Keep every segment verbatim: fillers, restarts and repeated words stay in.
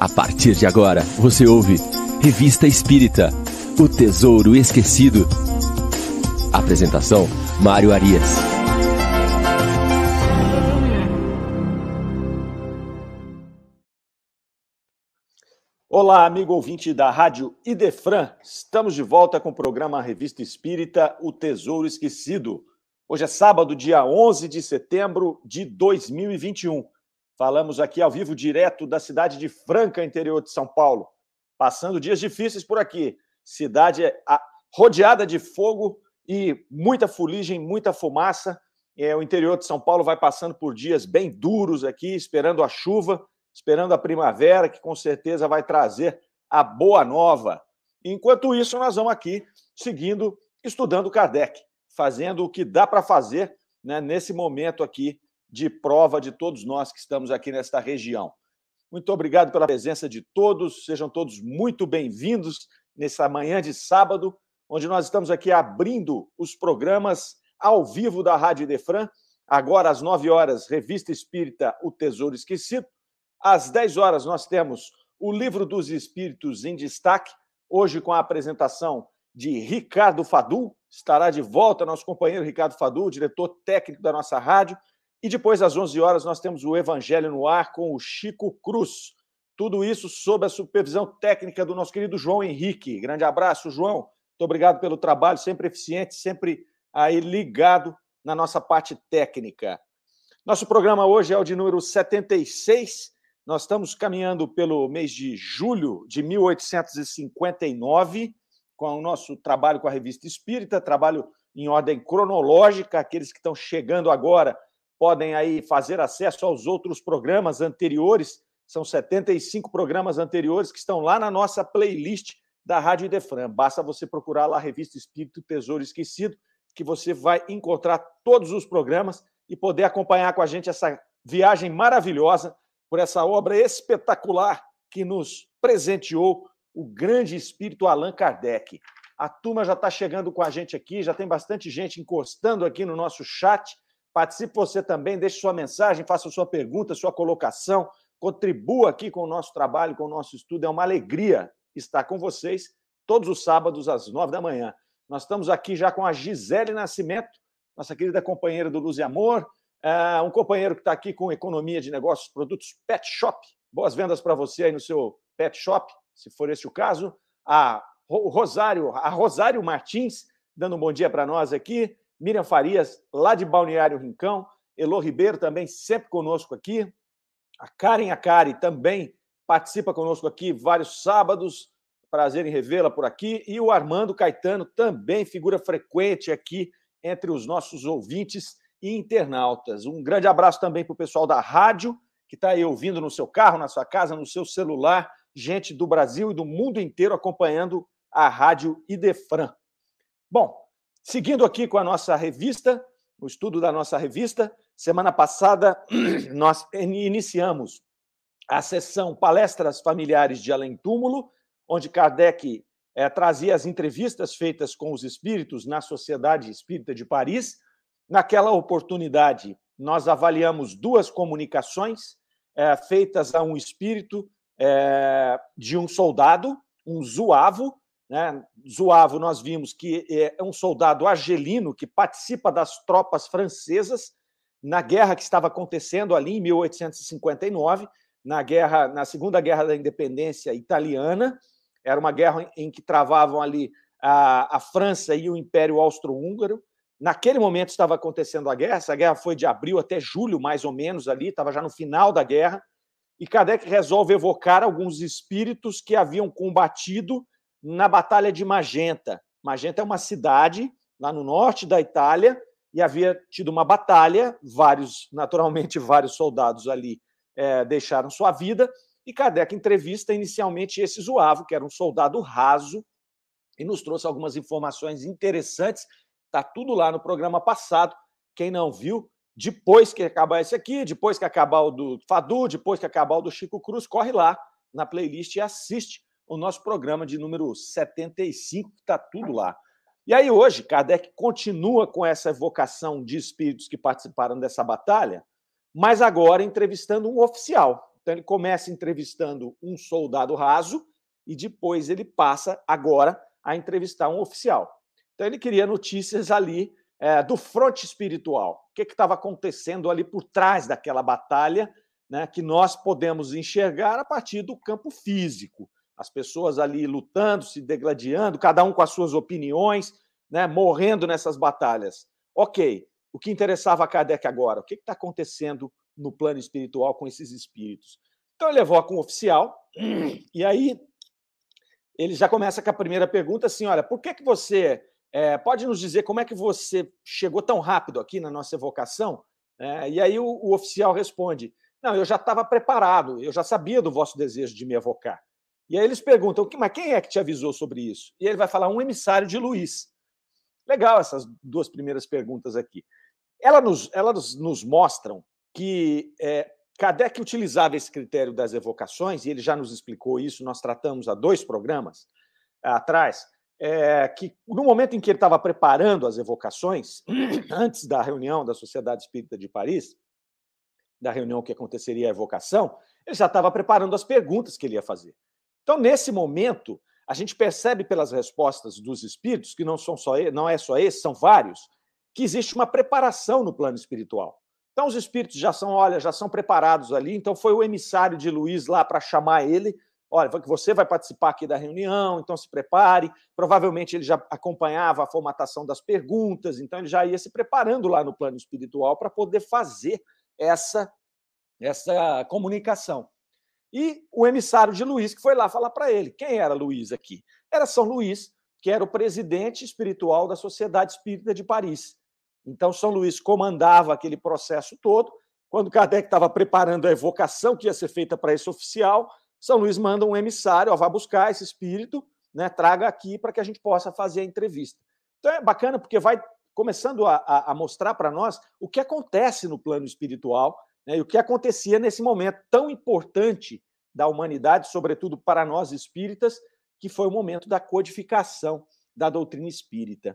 A partir de agora, você ouve Revista Espírita, O Tesouro Esquecido. Apresentação, Mário Arias. Olá, amigo ouvinte da Rádio Idefran. Estamos de volta com o programa Revista Espírita, O Tesouro Esquecido. Hoje é sábado, dia onze de setembro de dois mil e vinte e um. Falamos aqui ao vivo direto da cidade de Franca, interior de São Paulo. Passando dias difíceis por aqui. Cidade rodeada de fogo e muita fuligem, muita fumaça. É, o interior de São Paulo vai passando por dias bem duros aqui, esperando a chuva, esperando a primavera, que com certeza vai trazer a boa nova. Enquanto isso, nós vamos aqui seguindo, estudando Kardec, fazendo o que dá para fazer, né, nesse momento aqui de prova de todos nós que estamos aqui nesta região. Muito obrigado pela presença de todos, sejam todos muito bem-vindos nessa manhã de sábado, onde nós estamos aqui abrindo os programas ao vivo da Rádio Idefran. Agora, às nove horas, Revista Espírita, O Tesouro Esquecido. Às dez horas, nós temos o Livro dos Espíritos em Destaque, hoje com a apresentação de Ricardo Fadul. Estará de volta nosso companheiro Ricardo Fadul, diretor técnico da nossa rádio. E depois, às onze horas, nós temos o Evangelho no Ar com o Chico Cruz. Tudo isso sob a supervisão técnica do nosso querido João Henrique. Grande abraço, João. Muito obrigado pelo trabalho, sempre eficiente, sempre aí ligado na nossa parte técnica. Nosso programa hoje é o de número setenta e seis. Nós estamos caminhando pelo mês de julho de mil oitocentos e cinquenta e nove, com o nosso trabalho com a Revista Espírita, trabalho em ordem cronológica. Aqueles que estão chegando agora podem aí fazer acesso aos outros programas anteriores. São setenta e cinco programas anteriores que estão lá na nossa playlist da Rádio Idefran. Basta você procurar lá a Revista Espírita, o Tesouro Esquecido, que você vai encontrar todos os programas e poder acompanhar com a gente essa viagem maravilhosa por essa obra espetacular que nos presenteou o grande espírito Allan Kardec. A turma já está chegando com a gente aqui, já tem bastante gente encostando aqui no nosso chat. Participe você também, deixe sua mensagem, faça sua pergunta, sua colocação, contribua aqui com o nosso trabalho, com o nosso estudo. É uma alegria estar com vocês todos os sábados às nove da manhã. Nós estamos aqui já com a Gisele Nascimento, nossa querida companheira do Luz e Amor, uh, um companheiro que está aqui com Economia de Negócios, Produtos Pet Shop. Boas vendas para você aí no seu Pet Shop, se for esse o caso. A Rosário, a Rosário Martins, dando um bom dia para nós aqui. Miriam Farias, lá de Balneário Rincão. Elô Ribeiro também sempre conosco aqui. A Karen Akari também participa conosco aqui vários sábados. Prazer em revê-la por aqui. E o Armando Caetano, também figura frequente aqui entre os nossos ouvintes e internautas. Um grande abraço também para o pessoal da rádio, que está aí ouvindo no seu carro, na sua casa, no seu celular. Gente do Brasil e do mundo inteiro acompanhando a Rádio Idefran. Bom, seguindo aqui com a nossa revista, o estudo da nossa revista, semana passada nós iniciamos a sessão Palestras Familiares de Além Túmulo, onde Kardec é, trazia as entrevistas feitas com os espíritos na Sociedade Espírita de Paris. Naquela oportunidade, nós avaliamos duas comunicações é, feitas a um espírito é, de um soldado, um zuavo. Né? Zuavo, nós vimos que é um soldado argelino que participa das tropas francesas na guerra que estava acontecendo ali em mil oitocentos e cinquenta e nove, na, guerra, na Segunda Guerra da Independência Italiana. Era uma guerra em que travavam ali a, a França e o Império Austro-Húngaro. Naquele momento estava acontecendo a guerra, essa guerra foi de abril até julho, mais ou menos, ali, estava já no final da guerra, e Kardec resolve evocar alguns espíritos que haviam combatido na Batalha de Magenta. Magenta é uma cidade lá no norte da Itália, e havia tido uma batalha, vários, naturalmente, vários soldados ali é, deixaram sua vida, e Kardec entrevista inicialmente esse zuavo, que era um soldado raso, e nos trouxe algumas informações interessantes. Está tudo lá no programa passado. Quem não viu, depois que acabar esse aqui, depois que acabar o do Fadu, depois que acabar o do Chico Cruz, corre lá na playlist e assiste o nosso programa de número setenta e cinco, que está tudo lá. E aí hoje, Kardec continua com essa evocação de espíritos que participaram dessa batalha, mas agora entrevistando um oficial, Então, ele começa entrevistando um soldado raso e depois ele passa, agora, a entrevistar um oficial. Então, ele queria notícias ali é, do fronte espiritual. O que estava acontecendo ali por trás daquela batalha, né, que nós podemos enxergar a partir do campo físico. As pessoas ali lutando, se degladiando, cada um com as suas opiniões, né, morrendo nessas batalhas. Ok, o que interessava a Kardec agora? O que está acontecendo no plano espiritual com esses espíritos? Então, ele evoca um oficial, e aí ele já começa com a primeira pergunta, assim, olha, por que, que você... É, pode nos dizer como é que você chegou tão rápido aqui na nossa evocação? É, e aí o, o oficial responde, não, eu já estava preparado, eu já sabia do vosso desejo de me evocar. E aí eles perguntam, mas quem é que te avisou sobre isso? E ele vai falar, um emissário de Luís. Legal essas duas primeiras perguntas aqui. Elas nos, elas nos mostram que é, Kardec utilizava esse critério das evocações, e ele já nos explicou isso, nós tratamos há dois programas atrás, é, que no momento em que ele estava preparando as evocações, antes da reunião da Sociedade Espírita de Paris, da reunião que aconteceria a evocação, ele já estava preparando as perguntas que ele ia fazer. Então, nesse momento, a gente percebe pelas respostas dos espíritos, que não, são só, não é só esse, são vários, que existe uma preparação no plano espiritual. Então, os espíritos já são, olha, já são preparados ali, então foi o emissário de Luís lá para chamar ele, olha, você vai participar aqui da reunião, então se prepare. Provavelmente ele já acompanhava a formatação das perguntas, então ele já ia se preparando lá no plano espiritual para poder fazer essa, essa comunicação. E o emissário de Luís, que foi lá falar para ele. Quem era Luís aqui? Era São Luís, que era o presidente espiritual da Sociedade Espírita de Paris. Então, São Luís comandava aquele processo todo. Quando Kardec estava preparando a evocação que ia ser feita para esse oficial, São Luís manda um emissário, ó, vá buscar esse espírito, né, traga aqui para que a gente possa fazer a entrevista. Então, é bacana porque vai começando a, a, a mostrar para nós o que acontece no plano espiritual, né, e o que acontecia nesse momento tão importante da humanidade, sobretudo para nós espíritas, que foi o momento da codificação da doutrina espírita.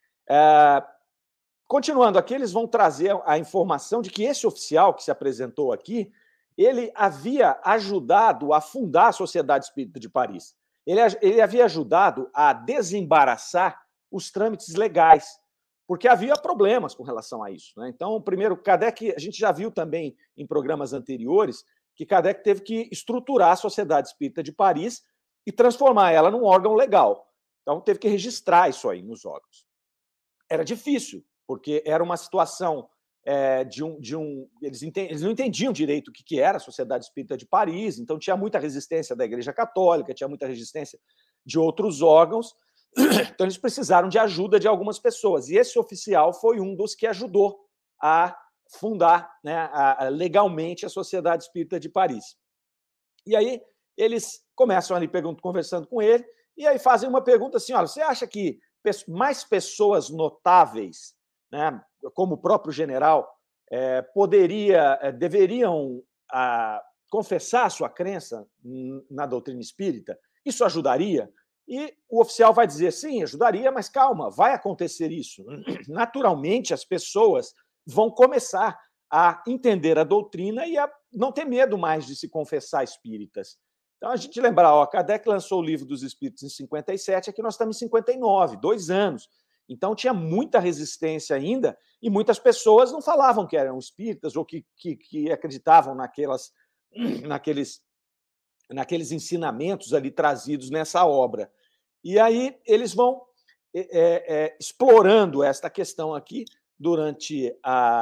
É, continuando aqui, eles vão trazer a informação de que esse oficial que se apresentou aqui, ele havia ajudado a fundar a Sociedade Espírita de Paris. Ele, ele havia ajudado a desembaraçar os trâmites legais, porque havia problemas com relação a isso, né? Então, primeiro, Kardec, a gente já viu também em programas anteriores que Kardec teve que estruturar a Sociedade Espírita de Paris e transformar ela num órgão legal. Então, teve que registrar isso aí nos órgãos. Era difícil, porque era uma situação é, de um... De um eles, enten, eles não entendiam direito o que, que era a Sociedade Espírita de Paris, então tinha muita resistência da Igreja Católica, tinha muita resistência de outros órgãos, então eles precisaram de ajuda de algumas pessoas, e esse oficial foi um dos que ajudou a fundar, né, a, a, legalmente a Sociedade Espírita de Paris. E aí eles começam ali conversando com ele, e aí fazem uma pergunta assim, olha, você acha que mais pessoas notáveis, né, como o próprio general, é, poderia, é, deveriam a, confessar a sua crença na doutrina espírita? Isso ajudaria? E o oficial vai dizer, sim, ajudaria, mas calma, vai acontecer isso. Naturalmente, as pessoas vão começar a entender a doutrina e a não ter medo mais de se confessar espíritas. Então, a gente lembrar, ó, Kardec lançou o Livro dos Espíritos em cinquenta e sete, aqui nós estamos em cinquenta e nove, dois anos. Então, tinha muita resistência ainda e muitas pessoas não falavam que eram espíritas ou que, que, que acreditavam naquelas, naqueles, naqueles ensinamentos ali trazidos nessa obra. E aí eles vão é, é, explorando esta questão aqui durante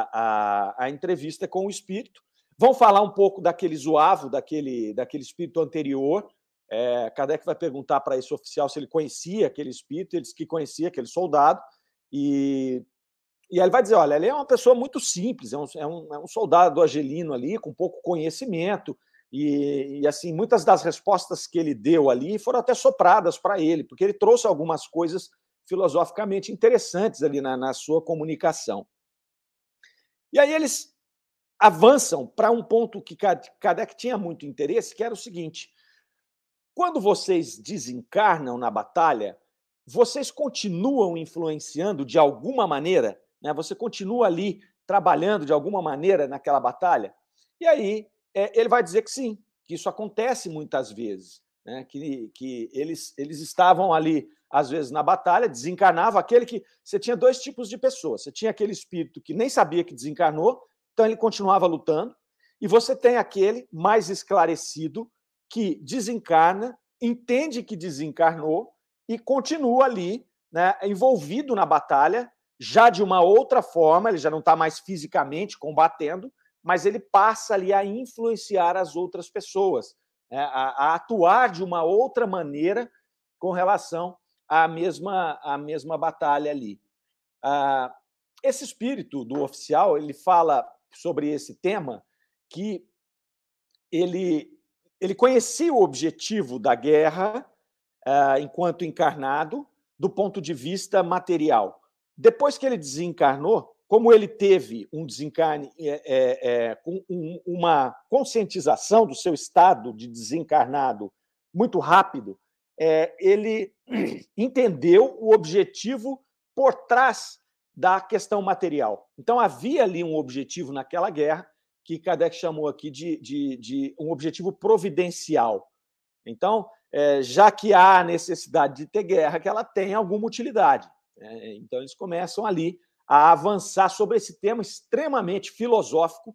a, a, a entrevista com o espírito. Vão falar um pouco daquele zoavo, daquele, daquele espírito anterior. É, Kardec vai perguntar para esse oficial se ele conhecia aquele espírito, ele disse que conhecia aquele soldado, e, e aí ele vai dizer, olha, ele é uma pessoa muito simples, é um, é um, é um soldado argelino ali, com pouco conhecimento, e, e assim, muitas das respostas que ele deu ali foram até sopradas para ele, porque ele trouxe algumas coisas filosoficamente interessantes ali na, na sua comunicação. E aí eles avançam para um ponto que Kardec tinha muito interesse, que era o seguinte: quando vocês desencarnam na batalha, vocês continuam influenciando de alguma maneira, né? Você continua ali trabalhando de alguma maneira naquela batalha? E aí é, ele vai dizer que sim, que isso acontece muitas vezes, né? que, que eles, eles estavam ali, às vezes, na batalha, desencarnava aquele que... Você tinha dois tipos de pessoas. Você tinha aquele espírito que nem sabia que desencarnou, então ele continuava lutando, e você tem aquele mais esclarecido que desencarna, entende que desencarnou e continua ali, né, envolvido na batalha, já de uma outra forma, ele já não está mais fisicamente combatendo, mas ele passa ali a influenciar as outras pessoas, né, a, a atuar de uma outra maneira com relação à mesma, à mesma batalha ali. Ah, esse espírito do oficial, ele fala sobre esse tema, que ele, ele conhecia o objetivo da guerra uh, enquanto encarnado, do ponto de vista material. Depois que ele desencarnou, como ele teve um desencarne é, é, com um, uma conscientização do seu estado de desencarnado muito rápido, é, ele entendeu o objetivo por trás da questão material. Então, havia ali um objetivo naquela guerra que Kardec chamou aqui de, de, de um objetivo providencial. Então, é, já que há necessidade de ter guerra, que ela tenha alguma utilidade. É, então, eles começam ali a avançar sobre esse tema extremamente filosófico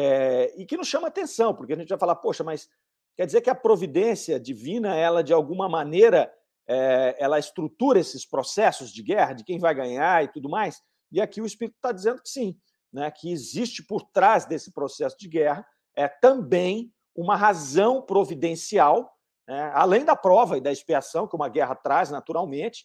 é, e que nos chama atenção, porque a gente vai falar, poxa, mas quer dizer que a providência divina, ela, de alguma maneira, é, ela estrutura esses processos de guerra, de quem vai ganhar e tudo mais? E aqui o Espírito está dizendo que sim, né, que existe por trás desse processo de guerra é, também uma razão providencial, né, além da prova e da expiação que uma guerra traz naturalmente,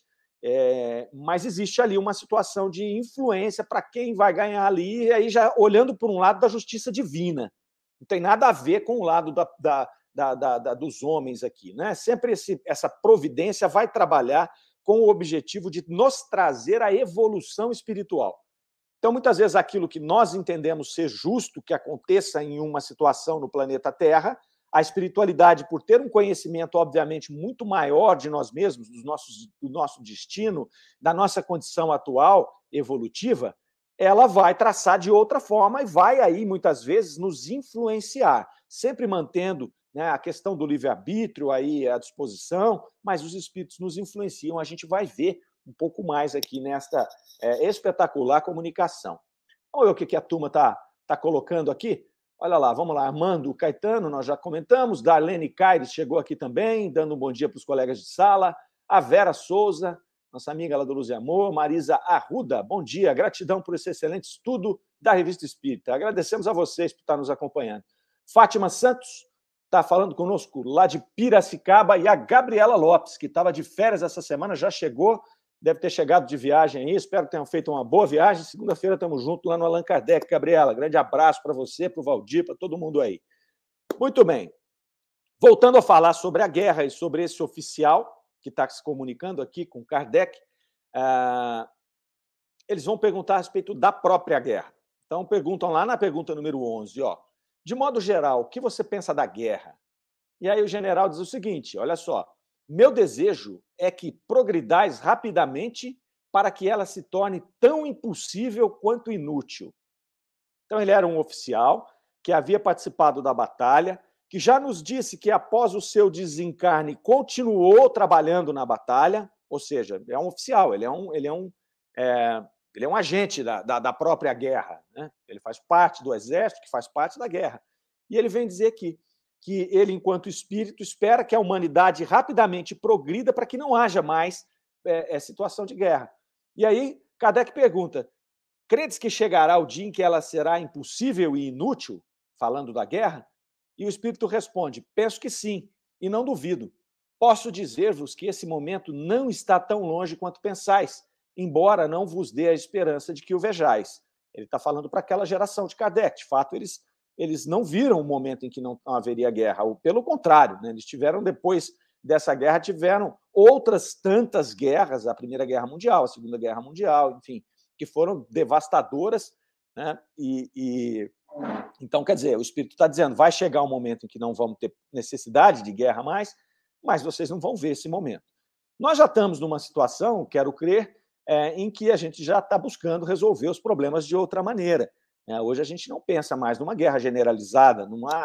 é, mas existe ali uma situação de influência para quem vai ganhar ali, e aí já olhando por um lado da justiça divina. Não tem nada a ver com o lado da, da, da, da, da dos homens aqui, né? Sempre esse, essa providência vai trabalhar com o objetivo de nos trazer a evolução espiritual. Então, muitas vezes, aquilo que nós entendemos ser justo que aconteça em uma situação no planeta Terra, a espiritualidade, por ter um conhecimento, obviamente, muito maior de nós mesmos, dos nossos, do nosso destino, da nossa condição atual, evolutiva, ela vai traçar de outra forma e vai aí, muitas vezes, nos influenciar, sempre mantendo, né, a questão do livre-arbítrio aí à disposição, mas os espíritos nos influenciam, a gente vai ver um pouco mais aqui nesta é, espetacular comunicação. Vamos ver o que, que a turma está tá colocando aqui? Olha lá, vamos lá, Armando Caetano, nós já comentamos, Darlene Caires chegou aqui também, dando um bom dia para os colegas de sala, a Vera Souza, nossa amiga lá do Luz e Amor, Marisa Arruda, bom dia, gratidão por esse excelente estudo da Revista Espírita, agradecemos a vocês por estar nos acompanhando. Fátima Santos está falando conosco lá de Piracicaba, e a Gabriela Lopes, que estava de férias essa semana, já chegou, deve ter chegado de viagem aí, espero que tenham feito uma boa viagem. Segunda-feira estamos juntos lá no Allan Kardec. Gabriela, grande abraço para você, para o Valdir, para todo mundo aí. Muito bem. Voltando a falar sobre a guerra e sobre esse oficial que está se comunicando aqui com Kardec, uh, eles vão perguntar a respeito da própria guerra. Então, perguntam lá na pergunta número onze, ó, de modo geral, o que você pensa da guerra? E aí o general diz o seguinte, olha só, meu desejo é que progridais rapidamente para que ela se torne tão impossível quanto inútil. Então, ele era um oficial que havia participado da batalha, que já nos disse que, após o seu desencarne, continuou trabalhando na batalha, ou seja, é um oficial, ele é um, ele é um, é, ele é um agente da, da, da própria guerra, né? Ele faz parte do exército, que faz parte da guerra. E ele vem dizer aqui que ele, enquanto espírito, espera que a humanidade rapidamente progrida para que não haja mais é, é, situação de guerra. E aí, Kardec pergunta, credes que chegará o dia em que ela será impossível e inútil, falando da guerra? E o espírito responde, penso que sim, e não duvido. Posso dizer-vos que esse momento não está tão longe quanto pensais, embora não vos dê a esperança de que o vejais. Ele está falando para aquela geração de Kardec. De fato, eles... eles não viram o momento em que não haveria guerra, ou pelo contrário, né? Eles tiveram, depois dessa guerra, tiveram outras tantas guerras, a Primeira Guerra Mundial, a Segunda Guerra Mundial, enfim, que foram devastadoras, né? E, e então, quer dizer, o Espírito está dizendo, vai chegar um momento em que não vamos ter necessidade de guerra mais, mas vocês não vão ver esse momento. Nós já estamos numa situação, quero crer, é, em que a gente já está buscando resolver os problemas de outra maneira. É, hoje a gente não pensa mais numa guerra generalizada, numa,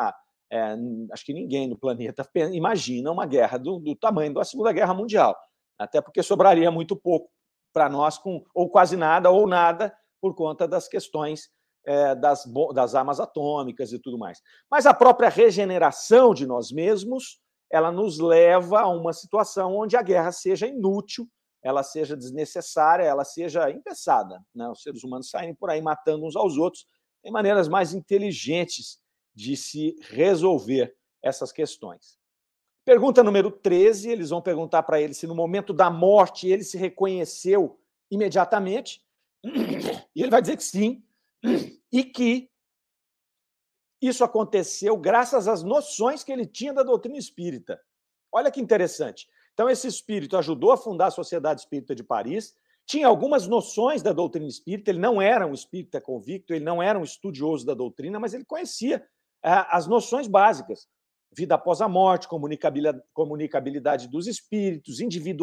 É, acho que ninguém no planeta imagina uma guerra do, do tamanho da Segunda Guerra Mundial, até porque sobraria muito pouco para nós, com ou quase nada, ou nada, por conta das questões é, das, das armas atômicas e tudo mais. Mas a própria regeneração de nós mesmos, ela nos leva a uma situação onde a guerra seja inútil, ela seja desnecessária, ela seja impensada, né? Os seres humanos saem por aí matando uns aos outros. Tem maneiras mais inteligentes de se resolver essas questões. Pergunta número treze, eles vão perguntar para ele se no momento da morte ele se reconheceu imediatamente, e ele vai dizer que sim, e que isso aconteceu graças às noções que ele tinha da doutrina espírita. Olha que interessante. Então, esse espírito ajudou a fundar a Sociedade Espírita de Paris, tinha algumas noções da doutrina espírita, ele não era um espírita convicto, ele não era um estudioso da doutrina, mas ele conhecia as noções básicas. Vida após a morte, comunicabilidade dos espíritos,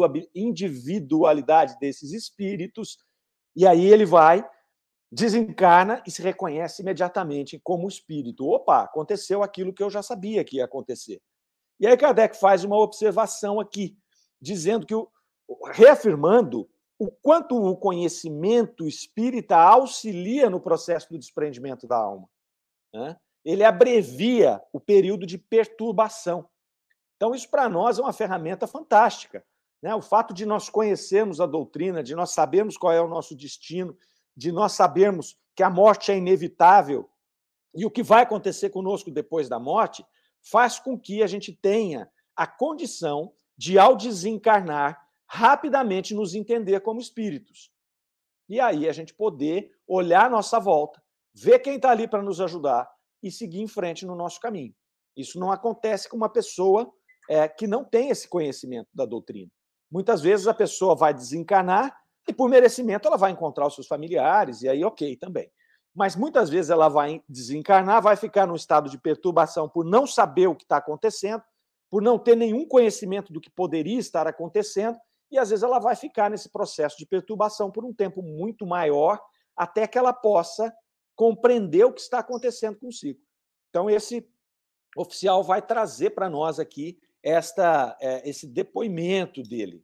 individualidade desses espíritos. E aí ele vai, desencarna e se reconhece imediatamente como espírito. Opa, aconteceu aquilo que eu já sabia que ia acontecer. E aí Kardec faz uma observação aqui, dizendo que, reafirmando o quanto o conhecimento espírita auxilia no processo do desprendimento da alma, né? Ele abrevia o período de perturbação. Então, isso para nós é uma ferramenta fantástica, né? O fato de nós conhecermos a doutrina, de nós sabermos qual é o nosso destino, de nós sabermos que a morte é inevitável e o que vai acontecer conosco depois da morte, faz com que a gente tenha a condição de, ao desencarnar, rapidamente nos entender como espíritos. E aí a gente poder olhar à nossa volta, ver quem está ali para nos ajudar e seguir em frente no nosso caminho. Isso não acontece com uma pessoa é, que não tem esse conhecimento da doutrina. Muitas vezes a pessoa vai desencarnar e, por merecimento, ela vai encontrar os seus familiares, e aí ok também. Mas muitas vezes ela vai desencarnar, vai ficar num estado de perturbação por não saber o que está acontecendo, por não ter nenhum conhecimento do que poderia estar acontecendo, e às vezes ela vai ficar nesse processo de perturbação por um tempo muito maior, até que ela possa compreender o que está acontecendo consigo. Então, esse oficial vai trazer para nós aqui esta, é, esse depoimento dele.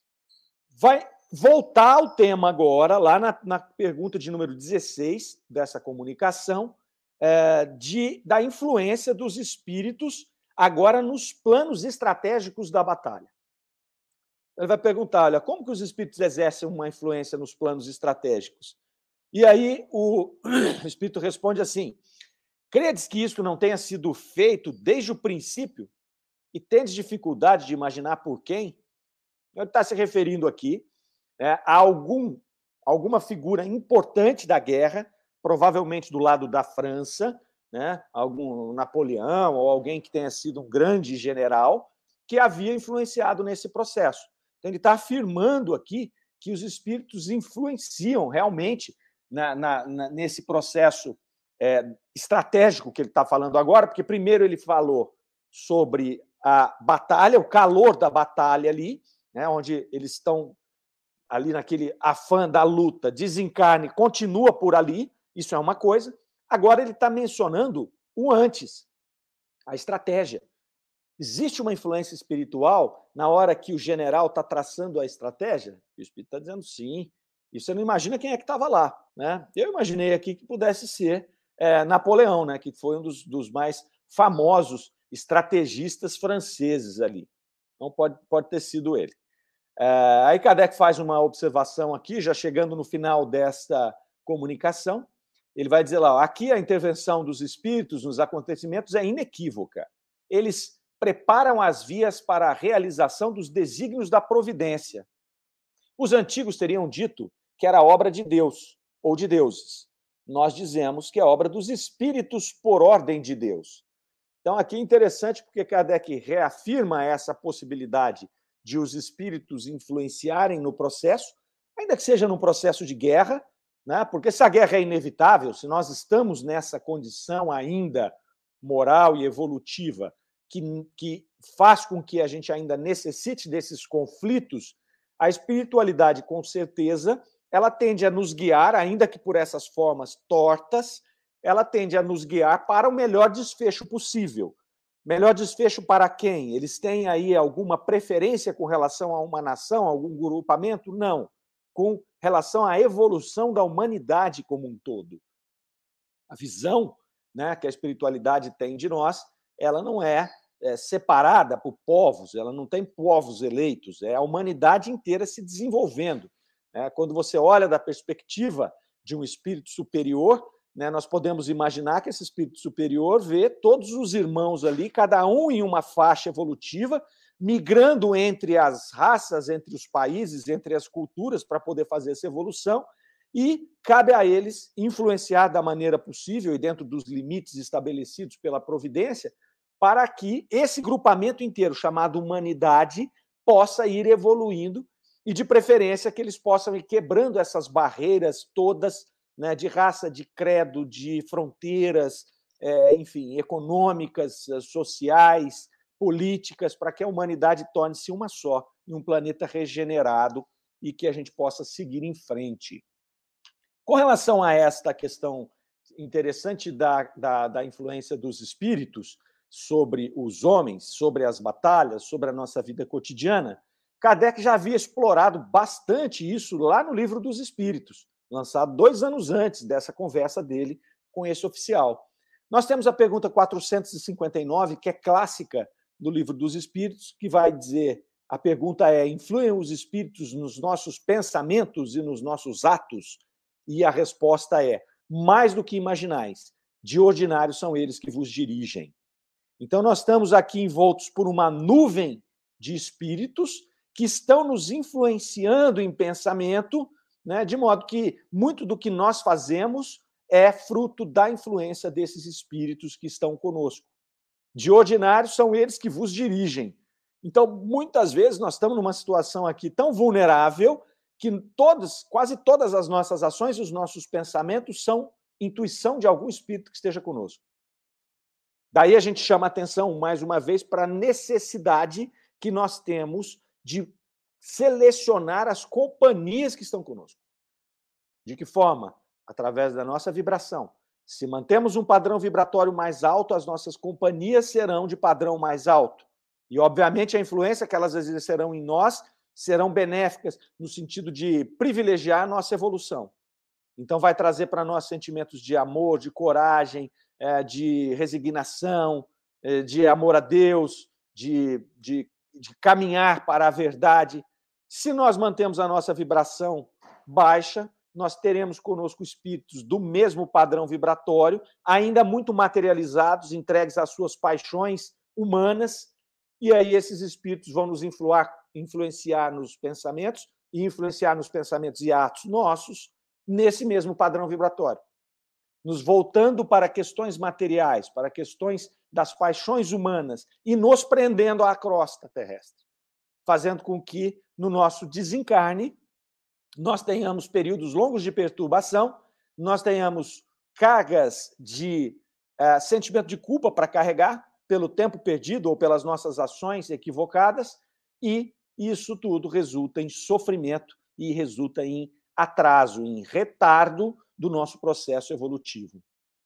Vai voltar ao tema agora, lá na, na pergunta de número dezesseis dessa comunicação, é, de, da influência dos espíritos agora nos planos estratégicos da batalha. Ele vai perguntar, olha, como que os espíritos exercem uma influência nos planos estratégicos? E aí o espírito responde assim, credes que isso não tenha sido feito desde o princípio e tendes dificuldade de imaginar por quem? Ele está se referindo aqui, né, a algum, alguma figura importante da guerra, provavelmente do lado da França, né, algum Napoleão ou alguém que tenha sido um grande general, que havia influenciado nesse processo. Então, ele está afirmando aqui que os espíritos influenciam realmente na, na, na, nesse processo é, estratégico que ele está falando agora, porque primeiro ele falou sobre a batalha, o calor da batalha ali, né, onde eles estão ali naquele afã da luta, desencarne, continua por ali, isso é uma coisa. Agora ele está mencionando o antes, a estratégia. Existe uma influência espiritual na hora que o general está traçando a estratégia? O espírito está dizendo sim. E você não imagina quem é que estava lá, né? Eu imaginei aqui que pudesse ser é, Napoleão, né? Que foi um dos, dos mais famosos estrategistas franceses ali. Então pode, pode ter sido ele. É, aí Kardec faz uma observação aqui, já chegando no final desta comunicação. Ele vai dizer lá, ó, aqui a intervenção dos espíritos nos acontecimentos é inequívoca. Eles preparam as vias para a realização dos desígnios da providência. Os antigos teriam dito que era obra de Deus ou de deuses. Nós dizemos que é obra dos espíritos por ordem de Deus. Então, aqui é interessante porque Kardec reafirma essa possibilidade de os espíritos influenciarem no processo, ainda que seja num processo de guerra, né? Porque se a guerra é inevitável, se nós estamos nessa condição ainda moral e evolutiva que, que faz com que a gente ainda necessite desses conflitos, a espiritualidade, com certeza, ela tende a nos guiar, ainda que por essas formas tortas, ela tende a nos guiar para o melhor desfecho possível. Melhor desfecho para quem? Eles têm aí alguma preferência com relação a uma nação, algum grupamento? Não. Com relação à evolução da humanidade como um todo. A visão, né, que a espiritualidade tem de nós, ela não é, é separada por povos, ela não tem povos eleitos, é a humanidade inteira se desenvolvendo. É, quando você olha da perspectiva de um espírito superior, né, nós podemos imaginar que esse espírito superior vê todos os irmãos ali, cada um em uma faixa evolutiva, migrando entre as raças, entre os países, entre as culturas, para poder fazer essa evolução, e cabe a eles influenciar da maneira possível e dentro dos limites estabelecidos pela providência, para que esse grupamento inteiro, chamado humanidade, possa ir evoluindo e, de preferência, que eles possam ir quebrando essas barreiras todas, né, de raça, de credo, de fronteiras, é, enfim, econômicas, sociais, políticas, para que a humanidade torne-se uma só, em um planeta regenerado e que a gente possa seguir em frente. Com relação a esta questão interessante da, da, da influência dos espíritos sobre os homens, sobre as batalhas, sobre a nossa vida cotidiana, Kardec já havia explorado bastante isso lá no Livro dos Espíritos, lançado dois anos antes dessa conversa dele com esse oficial. Nós temos a pergunta quatrocentos e cinquenta e nove, que é clássica do Livro dos Espíritos, que vai dizer, a pergunta é, influem os espíritos nos nossos pensamentos e nos nossos atos? E a resposta é, mais do que imaginais, de ordinário são eles que vos dirigem. Então nós estamos aqui envoltos por uma nuvem de espíritos que estão nos influenciando em pensamento, né, de modo que muito do que nós fazemos é fruto da influência desses espíritos que estão conosco. De ordinário, são eles que vos dirigem. Então, muitas vezes, nós estamos numa situação aqui tão vulnerável que todas, quase todas as nossas ações e os nossos pensamentos são intuição de algum espírito que esteja conosco. Daí a gente chama a atenção, mais uma vez, para a necessidade que nós temos de selecionar as companhias que estão conosco. De que forma? Através da nossa vibração. Se mantemos um padrão vibratório mais alto, as nossas companhias serão de padrão mais alto. E, obviamente, a influência que elas exercerão em nós serão benéficas no sentido de privilegiar a nossa evolução. Então, vai trazer para nós sentimentos de amor, de coragem, de resignação, de amor a Deus, de, de, de caminhar para a verdade. Se nós mantemos a nossa vibração baixa, nós teremos conosco espíritos do mesmo padrão vibratório, ainda muito materializados, entregues às suas paixões humanas, e aí esses espíritos vão nos influar, influenciar nos pensamentos, e influenciar nos pensamentos e atos nossos, nesse mesmo padrão vibratório. Nos voltando para questões materiais, para questões das paixões humanas, e nos prendendo à crosta terrestre, fazendo com que, no nosso desencarne, nós tenhamos períodos longos de perturbação, nós tenhamos cargas de uh, sentimento de culpa para carregar pelo tempo perdido ou pelas nossas ações equivocadas, e isso tudo resulta em sofrimento e resulta em atraso, em retardo do nosso processo evolutivo.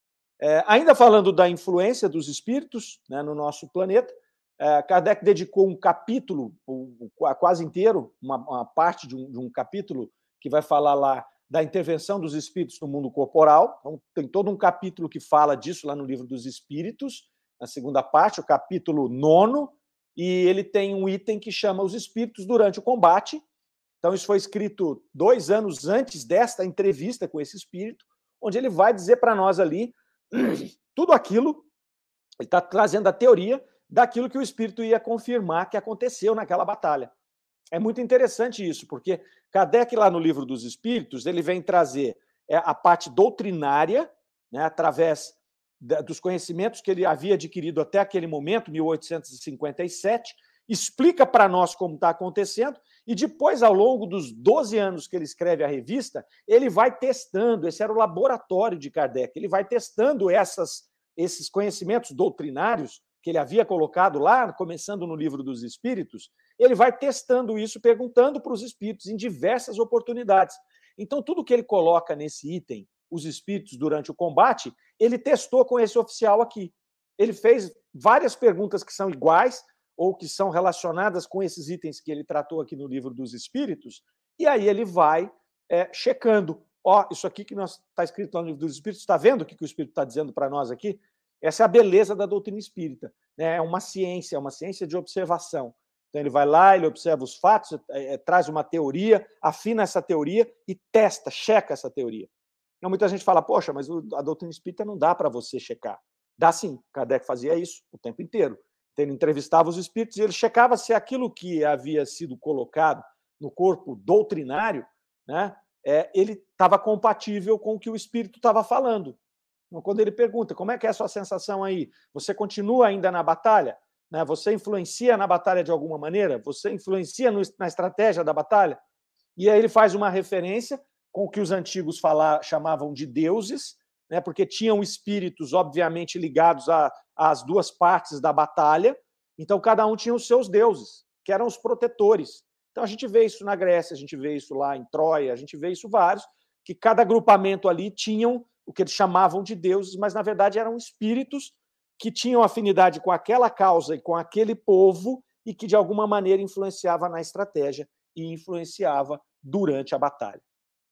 É, ainda falando da influência dos espíritos, né, no nosso planeta, é, Kardec dedicou um capítulo, um, um, quase inteiro, uma, uma parte de um, de um capítulo que vai falar lá da intervenção dos espíritos no mundo corporal. Então, tem todo um capítulo que fala disso lá no Livro dos Espíritos, na segunda parte, o capítulo nono, e ele tem um item que chama os espíritos durante o combate. Então, isso foi escrito dois anos antes desta entrevista com esse espírito, onde ele vai dizer para nós ali tudo aquilo, ele está trazendo a teoria daquilo que o espírito ia confirmar que aconteceu naquela batalha. É muito interessante isso, porque Kardec, lá no Livro dos Espíritos, ele vem trazer a parte doutrinária, né, através dos conhecimentos que ele havia adquirido até aquele momento, mil oitocentos e cinquenta e sete, explica para nós como está acontecendo, e depois, ao longo dos doze anos que ele escreve a revista, ele vai testando, esse era o laboratório de Kardec, ele vai testando essas, esses conhecimentos doutrinários que ele havia colocado lá, começando no Livro dos Espíritos, ele vai testando isso, perguntando para os espíritos em diversas oportunidades. Então, tudo que ele coloca nesse item, os espíritos durante o combate, ele testou com esse oficial aqui. ele fez várias perguntas que são iguais ou que são relacionadas com esses itens que ele tratou aqui no Livro dos Espíritos, e aí ele vai é, checando. Ó, isso aqui que está escrito lá no Livro dos Espíritos, está vendo o que, que o Espírito está dizendo para nós aqui? Essa é a beleza da doutrina espírita, né? É uma ciência, é uma ciência de observação. Então ele vai lá, ele observa os fatos, é, é, traz uma teoria, afina essa teoria e testa, checa essa teoria. Então muita gente fala, poxa, mas o, a doutrina espírita não dá para você checar. Dá sim, Kardec fazia isso o tempo inteiro. Então, ele entrevistava os espíritos e ele checava se aquilo que havia sido colocado no corpo doutrinário, né, é, ele estava compatível com o que o espírito estava falando. Então, quando ele pergunta, como é que é a sua sensação aí? Você continua ainda na batalha? Né? Você influencia na batalha de alguma maneira? Você influencia no, na estratégia da batalha? E aí ele faz uma referência com o que os antigos falar, chamavam de deuses, né, porque tinham espíritos, obviamente, ligados a, às duas partes da batalha, então cada um tinha os seus deuses, que eram os protetores. Então a gente vê isso na Grécia, a gente vê isso lá em Troia, a gente vê isso vários, que cada agrupamento ali tinham o que eles chamavam de deuses, mas na verdade eram espíritos que tinham afinidade com aquela causa e com aquele povo e que de alguma maneira influenciava na estratégia e influenciava durante a batalha.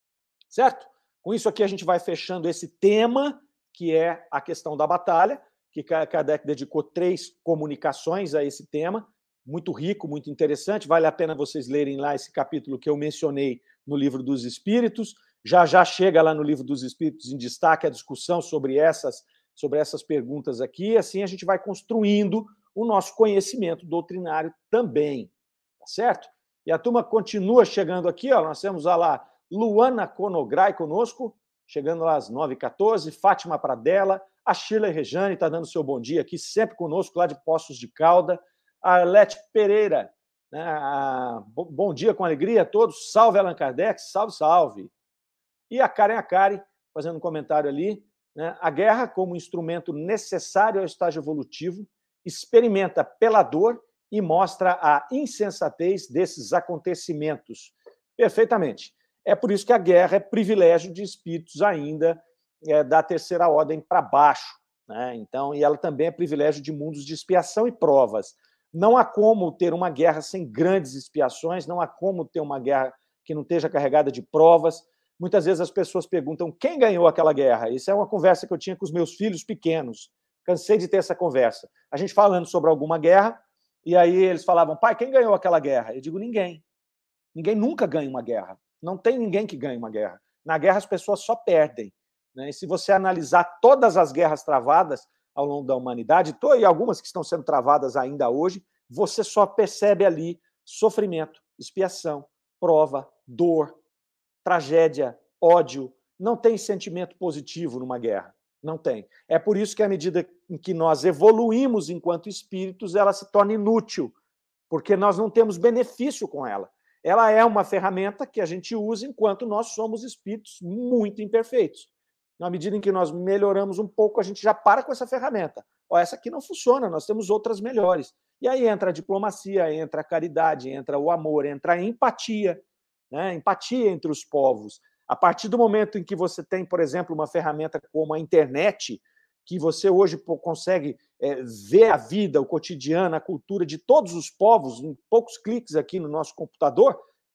Certo? Com isso aqui a gente vai fechando esse tema, que é a questão da batalha, que Kardec dedicou três comunicações a esse tema, muito rico, muito interessante, vale a pena vocês lerem lá esse capítulo que eu mencionei no Livro dos Espíritos, já já chega lá no Livro dos Espíritos em destaque a discussão sobre essas, sobre essas perguntas aqui, assim a gente vai construindo o nosso conhecimento doutrinário também, tá certo? E a turma continua chegando aqui, ó, nós temos lá Luana Conograi conosco, chegando lá às nove e quatorze, Fátima Pradella, a Shirley Rejane está dando seu bom dia aqui, sempre conosco, lá de Poços de Calda, a Arlete Pereira, né, a, bom dia, com alegria a todos, salve Allan Kardec, salve, salve. E a Karen Akari, fazendo um comentário ali, né, a guerra como instrumento necessário ao estágio evolutivo, experimenta pela dor e mostra a insensatez desses acontecimentos. Perfeitamente. É por isso que a guerra é privilégio de espíritos ainda é, da terceira ordem para baixo, né? Então, e ela também é privilégio de mundos de expiação e provas. Não há como ter uma guerra sem grandes expiações, não há como ter uma guerra que não esteja carregada de provas. Muitas vezes as pessoas perguntam quem ganhou aquela guerra. Isso é uma conversa que eu tinha com os meus filhos pequenos. Cansei de ter essa conversa. A gente falando sobre alguma guerra, e aí eles falavam, pai, quem ganhou aquela guerra? Eu digo, ninguém. Ninguém nunca ganha uma guerra. Não tem ninguém que ganhe uma guerra. Na guerra, as pessoas só perdem. Né? E se você analisar todas as guerras travadas ao longo da humanidade, e algumas que estão sendo travadas ainda hoje, você só percebe ali sofrimento, expiação, prova, dor, tragédia, ódio. Não tem sentimento positivo numa guerra. Não tem. É por isso que, à medida em que nós evoluímos enquanto espíritos, ela se torna inútil, porque nós não temos benefício com ela. Ela é uma ferramenta que a gente usa enquanto nós somos espíritos muito imperfeitos. Na medida em que nós melhoramos um pouco, a gente já para com essa ferramenta. Ó, essa aqui não funciona, nós temos outras melhores. E aí entra a diplomacia, entra a caridade, entra o amor, entra a empatia, né? Empatia entre os povos. A partir do momento em que você tem, por exemplo, uma ferramenta como a internet, que você hoje consegue é, ver a vida, o cotidiano, a cultura de todos os povos, em poucos cliques aqui no nosso computador,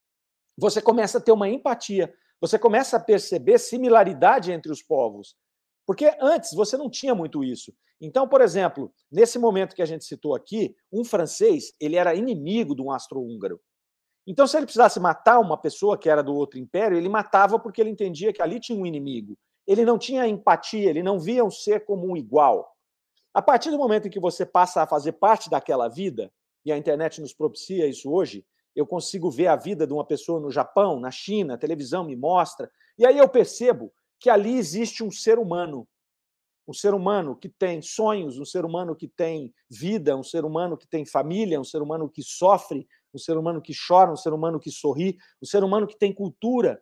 você começa a ter uma empatia, você começa a perceber similaridade entre os povos. Porque antes você não tinha muito isso. Então, por exemplo, nesse momento que a gente citou aqui, um francês, ele era inimigo de um astro-húngaro. Então, se ele precisasse matar uma pessoa que era do outro império, ele matava porque ele entendia que ali tinha um inimigo. Ele não tinha empatia, ele não via um ser como um igual. A partir do momento em que você passa a fazer parte daquela vida, e a internet nos propicia isso hoje, eu consigo ver a vida de uma pessoa no Japão, na China, a televisão me mostra, e aí eu percebo que ali existe um ser humano, um ser humano que tem sonhos, um ser humano que tem vida, um ser humano que tem família, um ser humano que sofre, um ser humano que chora, um ser humano que sorri, um ser humano que tem cultura.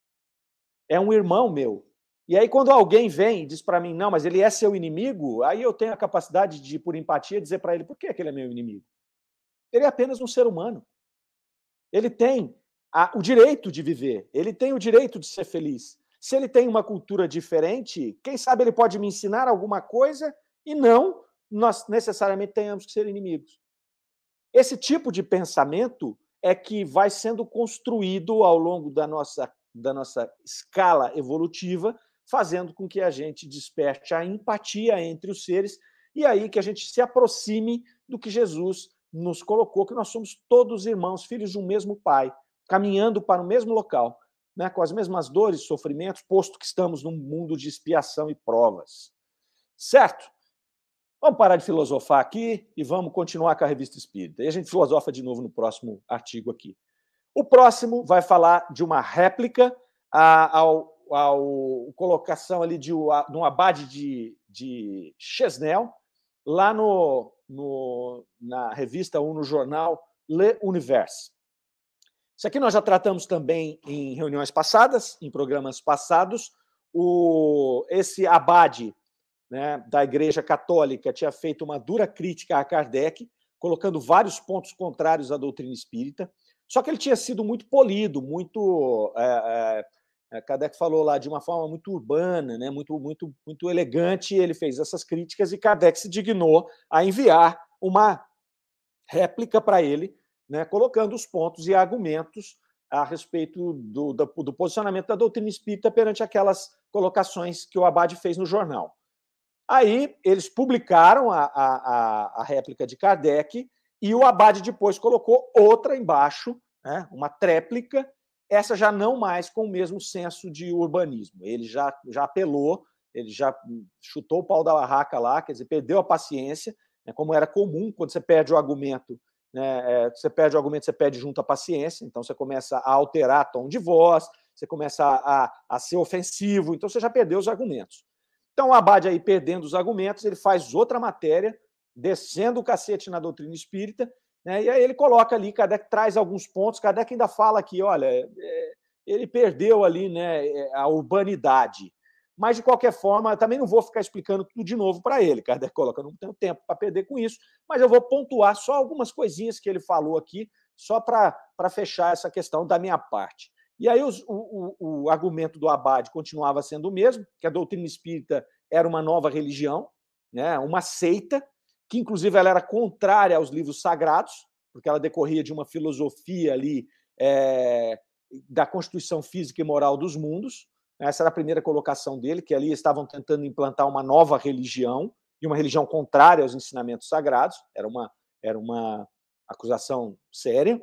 É um irmão meu. E aí, quando alguém vem e diz para mim, não, mas ele é seu inimigo, aí eu tenho a capacidade de, por empatia, dizer para ele, por que, que ele é meu inimigo? Ele é apenas um ser humano. Ele tem a, o direito de viver, ele tem o direito de ser feliz. Se ele tem uma cultura diferente, quem sabe ele pode me ensinar alguma coisa e não nós necessariamente tenhamos que ser inimigos. Esse tipo de pensamento é que vai sendo construído ao longo da nossa, da nossa escala evolutiva, fazendo com que a gente desperte a empatia entre os seres e aí que a gente se aproxime do que Jesus nos colocou, que nós somos todos irmãos, filhos de um mesmo Pai, caminhando para o mesmo local, né, com as mesmas dores, sofrimentos, posto que estamos num mundo de expiação e provas. Certo? Vamos parar de filosofar aqui e vamos continuar com a Revista Espírita. E a gente filosofa de novo no próximo artigo aqui. O próximo vai falar de uma réplica a, ao, ao colocação ali de, de um abade de, de Chesnel, lá no, no, na revista ou no jornal Le Univers. Isso aqui nós já tratamos também em reuniões passadas, em programas passados. O, esse abade, né, da Igreja Católica tinha feito uma dura crítica a Kardec, colocando vários pontos contrários à doutrina espírita, só que ele tinha sido muito polido, muito... É, é, Kardec falou lá de uma forma muito urbana, né, muito, muito, muito elegante, ele fez essas críticas e Kardec se dignou a enviar uma réplica para ele, né, colocando os pontos e argumentos a respeito do, do, do posicionamento da doutrina espírita perante aquelas colocações que o abade fez no jornal. Aí eles publicaram a, a, a réplica de Kardec e o abade depois colocou outra embaixo, né, uma tréplica, essa já não mais com o mesmo senso de urbanismo. Ele já, já apelou, ele já chutou o pau da barraca lá, quer dizer, perdeu a paciência, né, como era comum quando você perde o argumento, né, é, você perde o argumento, você perde junto a paciência, então você começa a alterar tom de voz, você começa a, a, a ser ofensivo, então você já perdeu os argumentos. Então, o abade aí, perdendo os argumentos, ele faz outra matéria, descendo o cacete na doutrina espírita, né, e aí ele coloca ali, Kardec traz alguns pontos, Kardec ainda fala aqui, olha, é, ele perdeu ali, né, a urbanidade. Mas, de qualquer forma, também não vou ficar explicando tudo de novo para ele, Kardec coloca, não tenho tempo para perder com isso, mas eu vou pontuar só algumas coisinhas que ele falou aqui, só para fechar essa questão da minha parte. E aí os, o, o, o argumento do abade continuava sendo o mesmo, que a doutrina espírita era uma nova religião, né, uma seita, que inclusive ela era contrária aos livros sagrados, porque ela decorria de uma filosofia ali é, da constituição física e moral dos mundos. Essa era a primeira colocação dele, que ali estavam tentando implantar uma nova religião, e uma religião contrária aos ensinamentos sagrados, era uma, era uma acusação séria,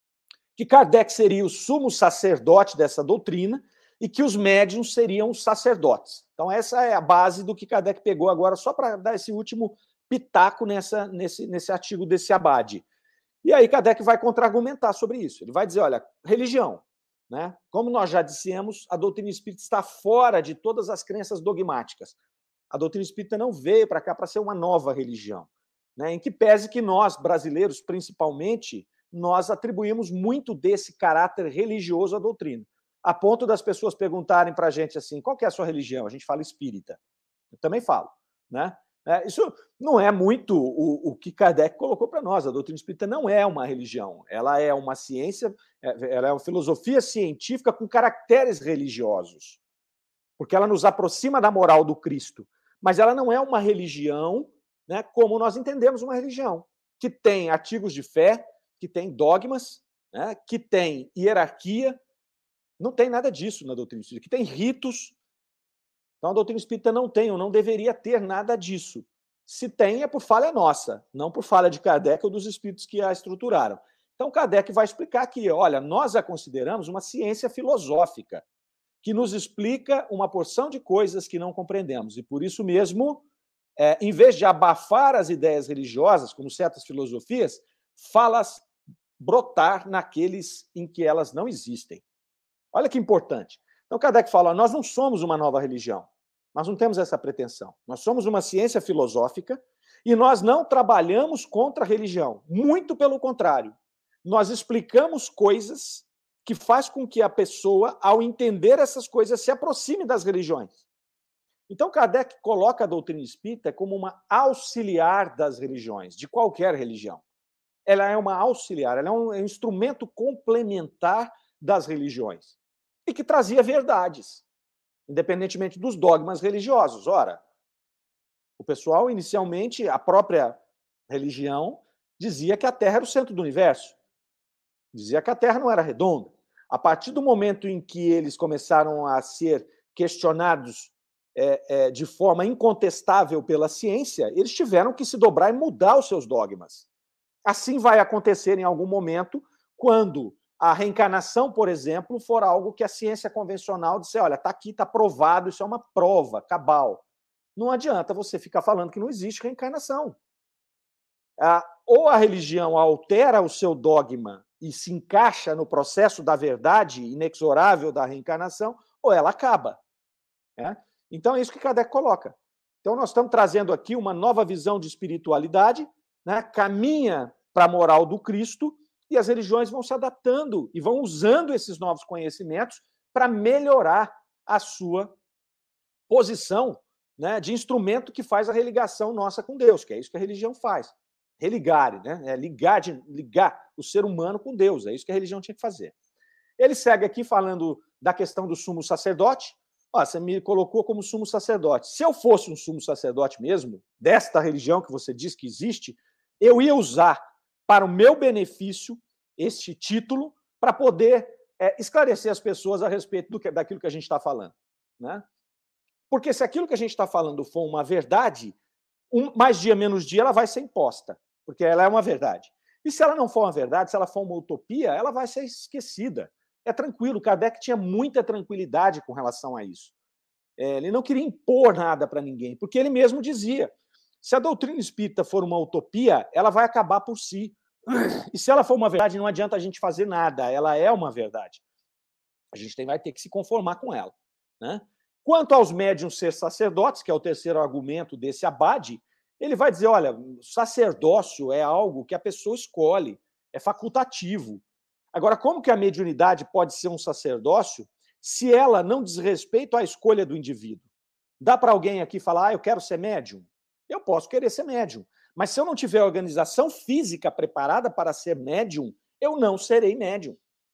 que Kardec seria o sumo sacerdote dessa doutrina e que os médiuns seriam os sacerdotes. Então, essa é a base do que Kardec pegou agora, só para dar esse último pitaco nessa, nesse, nesse artigo desse abade. E aí Kardec vai contra-argumentar sobre isso. Ele vai dizer, olha, religião, né? Como nós já dissemos, a doutrina espírita está fora de todas as crenças dogmáticas. A doutrina espírita não veio para cá para ser uma nova religião, né? Em que pese que nós, brasileiros, principalmente, nós atribuímos muito desse caráter religioso à doutrina, a ponto das pessoas perguntarem para a gente assim, qual que é a sua religião? A gente fala espírita. Eu também falo, né? É, isso não é muito o, o que Kardec colocou para nós. A doutrina espírita não é uma religião, ela é uma ciência, ela é uma filosofia científica com caracteres religiosos, porque ela nos aproxima da moral do Cristo, mas ela não é uma religião, né, como nós entendemos uma religião, que tem artigos de fé, que tem dogmas, né, que tem hierarquia. Não tem nada disso na doutrina espírita, que tem ritos. Então, a doutrina espírita não tem, ou não deveria ter nada disso. Se tem, é por falha nossa, não por falha de Kardec ou dos espíritos que a estruturaram. Então, Kardec vai explicar aqui, olha, nós a consideramos uma ciência filosófica, que nos explica uma porção de coisas que não compreendemos. E, por isso mesmo, é, em vez de abafar as ideias religiosas, como certas filosofias, fala-as brotar naqueles em que elas não existem. Olha que importante. Então, Kardec fala, nós não somos uma nova religião, nós não temos essa pretensão. Nós somos uma ciência filosófica e nós não trabalhamos contra a religião. Muito pelo contrário. Nós explicamos coisas que faz com que a pessoa, ao entender essas coisas, se aproxime das religiões. Então, Kardec coloca a doutrina espírita como uma auxiliar das religiões, de qualquer religião. Ela é uma auxiliar, ela é um instrumento complementar das religiões. E que trazia verdades, independentemente dos dogmas religiosos. Ora, O pessoal, inicialmente, a própria religião dizia que a Terra era o centro do universo. Dizia que a Terra não era redonda. A partir do momento em que eles começaram a ser questionados é, é, de forma incontestável pela ciência, eles tiveram que se dobrar e mudar os seus dogmas. Assim vai acontecer em algum momento, quando a reencarnação, por exemplo, for algo que a ciência convencional disser, olha, está aqui, está provado, isso é uma prova cabal. Não adianta você ficar falando que não existe reencarnação. Ah, ou a religião altera o seu dogma e se encaixa no processo da verdade inexorável da reencarnação, ou ela acaba. Né? Então é isso que Kardec coloca. Então nós estamos trazendo aqui uma nova visão de espiritualidade, né? Caminha para a moral do Cristo, e as religiões vão se adaptando e vão usando esses novos conhecimentos para melhorar a sua posição, né, de instrumento que faz a religação nossa com Deus, que é isso que a religião faz. Religare, né? É ligar, de, ligar o ser humano com Deus, é isso que a religião tinha que fazer. Ele segue aqui falando da questão do sumo sacerdote. Ó, você me colocou como sumo sacerdote. Se eu fosse um sumo sacerdote mesmo, desta religião que você diz que existe, eu ia usar para o meu benefício este título para poder é, esclarecer as pessoas a respeito do que, daquilo que a gente está falando. Né? Porque se aquilo que a gente está falando for uma verdade, um, mais dia, menos dia, ela vai ser imposta, porque ela é uma verdade. E se ela não for uma verdade, se ela for uma utopia, ela vai ser esquecida. É tranquilo, Kardec tinha muita tranquilidade com relação a isso. É, ele não queria impor nada para ninguém, porque ele mesmo dizia, se a doutrina espírita for uma utopia, ela vai acabar por si. E se ela for uma verdade, não adianta a gente fazer nada, ela é uma verdade. A gente tem, vai ter que se conformar com ela. Né? Quanto aos médiuns ser sacerdotes, que é o terceiro argumento desse abade, ele vai dizer, olha, sacerdócio é algo que a pessoa escolhe, é facultativo. Agora, como que a mediunidade pode ser um sacerdócio se ela não diz respeito à escolha do indivíduo? Dá para alguém aqui falar, ah, eu quero ser médium? Eu posso querer ser médium, mas se eu não tiver organização física preparada para ser médium, eu não serei médium.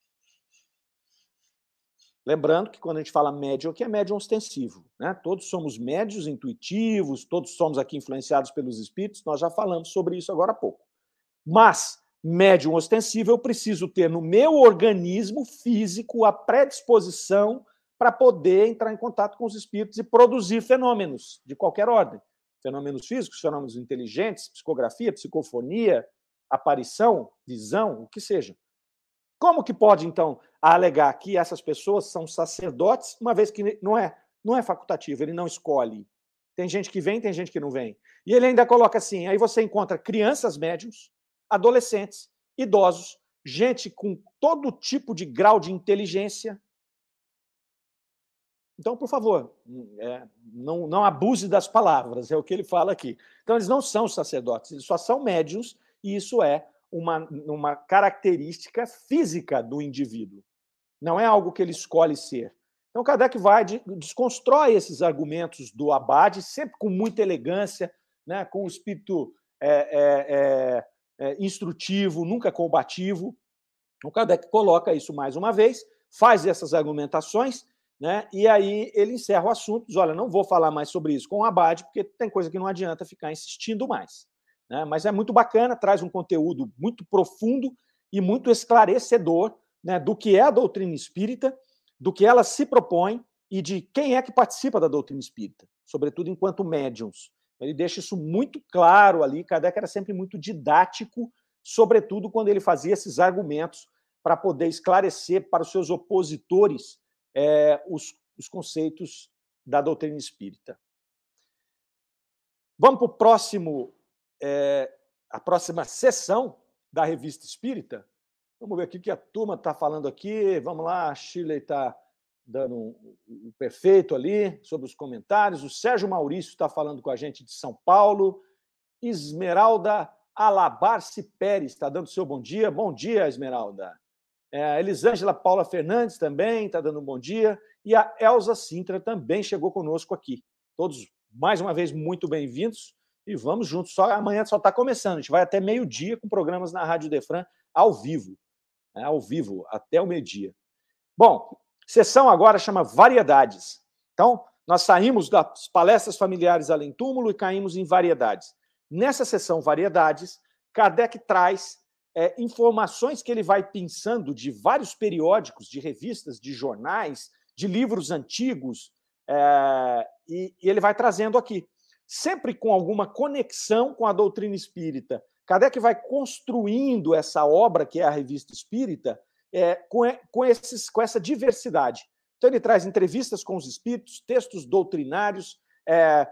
Lembrando que quando a gente fala médium, aqui é médium ostensivo. Né? Todos somos médios intuitivos, todos somos aqui influenciados pelos espíritos, nós já falamos sobre isso agora há pouco. Mas, médium ostensivo, eu preciso ter no meu organismo físico a predisposição para poder entrar em contato com os espíritos e produzir fenômenos de qualquer ordem. Fenômenos físicos, fenômenos inteligentes, psicografia, psicofonia, aparição, visão, o que seja. Como que pode, então, alegar que essas pessoas são sacerdotes, uma vez que não é, não é facultativo, ele não escolhe. Tem gente que vem, tem gente que não vem. E ele ainda coloca assim, aí você encontra crianças médiums, adolescentes, idosos, gente com todo tipo de grau de inteligência. Então, por favor, é, não, não abuse das palavras, é o que ele fala aqui. Então, eles não são sacerdotes, eles só são médiuns, e isso é uma, uma característica física do indivíduo. Não é algo que ele escolhe ser. Então, Kardec vai, de, desconstrói esses argumentos do abade, sempre com muita elegância, né, com o espírito é, é, é, é, instrutivo, nunca combativo. O Kardec coloca isso mais uma vez, faz essas argumentações, né, e aí ele encerra o assunto, diz, olha, não vou falar mais sobre isso com o abade, porque tem coisa que não adianta ficar insistindo mais. Né, mas é muito bacana, traz um conteúdo muito profundo e muito esclarecedor, né, do que é a doutrina espírita, do que ela se propõe e de quem é que participa da doutrina espírita, sobretudo enquanto médiuns. Ele deixa isso muito claro ali, Kardec era sempre muito didático, sobretudo quando ele fazia esses argumentos para poder esclarecer para os seus opositores é, os, os conceitos da doutrina espírita. Vamos para o próximo, é, a próxima sessão da Revista Espírita. Vamos ver aqui o que a turma está falando aqui. Vamos lá, a Shirley está dando um, um perfeito ali sobre os comentários. O Sérgio Maurício está falando com a gente de São Paulo. Esmeralda Alabarce Pérez está dando seu bom dia. Bom dia, Esmeralda. É, a Elisângela Paula Fernandes também está dando um bom dia. E a Elza Sintra também chegou conosco aqui. Todos, mais uma vez, muito bem-vindos. E vamos juntos. Só, amanhã só está começando. A gente vai até meio-dia com programas na Rádio Idefran ao vivo. É, ao vivo, até o meio-dia. Bom, sessão agora chama Variedades. Então, nós saímos das palestras familiares além túmulo e caímos em variedades. Nessa sessão variedades, Kardec traz é, informações que ele vai pensando de vários periódicos, de revistas, de jornais, de livros antigos, é, e, e ele vai trazendo aqui, sempre com alguma conexão com a doutrina espírita. Kardec vai construindo essa obra, que é a Revista Espírita, é, com, com, esses, com essa diversidade. Então, ele traz entrevistas com os espíritos, textos doutrinários, é,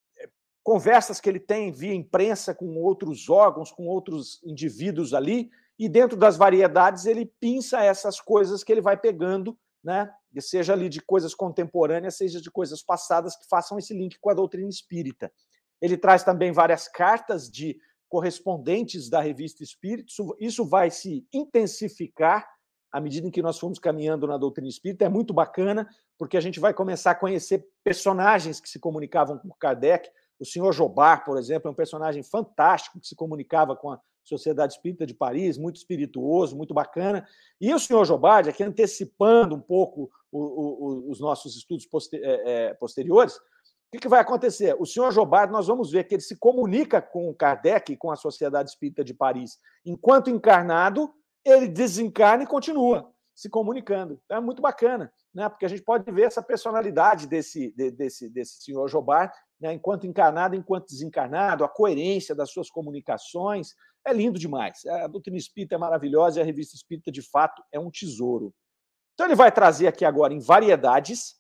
conversas que ele tem via imprensa com outros órgãos, com outros indivíduos ali, e dentro das variedades ele pinça essas coisas que ele vai pegando, né? Seja ali de coisas contemporâneas, seja de coisas passadas, que façam esse link com a doutrina espírita. Ele traz também várias cartas de correspondentes da Revista Espírita, isso vai se intensificar à medida em que nós fomos caminhando na doutrina espírita. É muito bacana, porque a gente vai começar a conhecer personagens que se comunicavam com Kardec. O senhor Jobard, por exemplo, é um personagem fantástico que se comunicava com a Sociedade Espírita de Paris, muito espirituoso, muito bacana. E o senhor Jobard, aqui antecipando um pouco o, o, os nossos estudos poster, é, posteriores, o que, que vai acontecer? O senhor Jobard, nós vamos ver que ele se comunica com Kardec e com a Sociedade Espírita de Paris. Enquanto encarnado, ele desencarna e continua se comunicando. É muito bacana, né? Porque a gente pode ver essa personalidade desse, desse, desse senhor Jobard, né? Enquanto encarnado, enquanto desencarnado, a coerência das suas comunicações. É lindo demais. A doutrina espírita é maravilhosa e a Revista Espírita, de fato, é um tesouro. Então, ele vai trazer aqui agora, em variedades,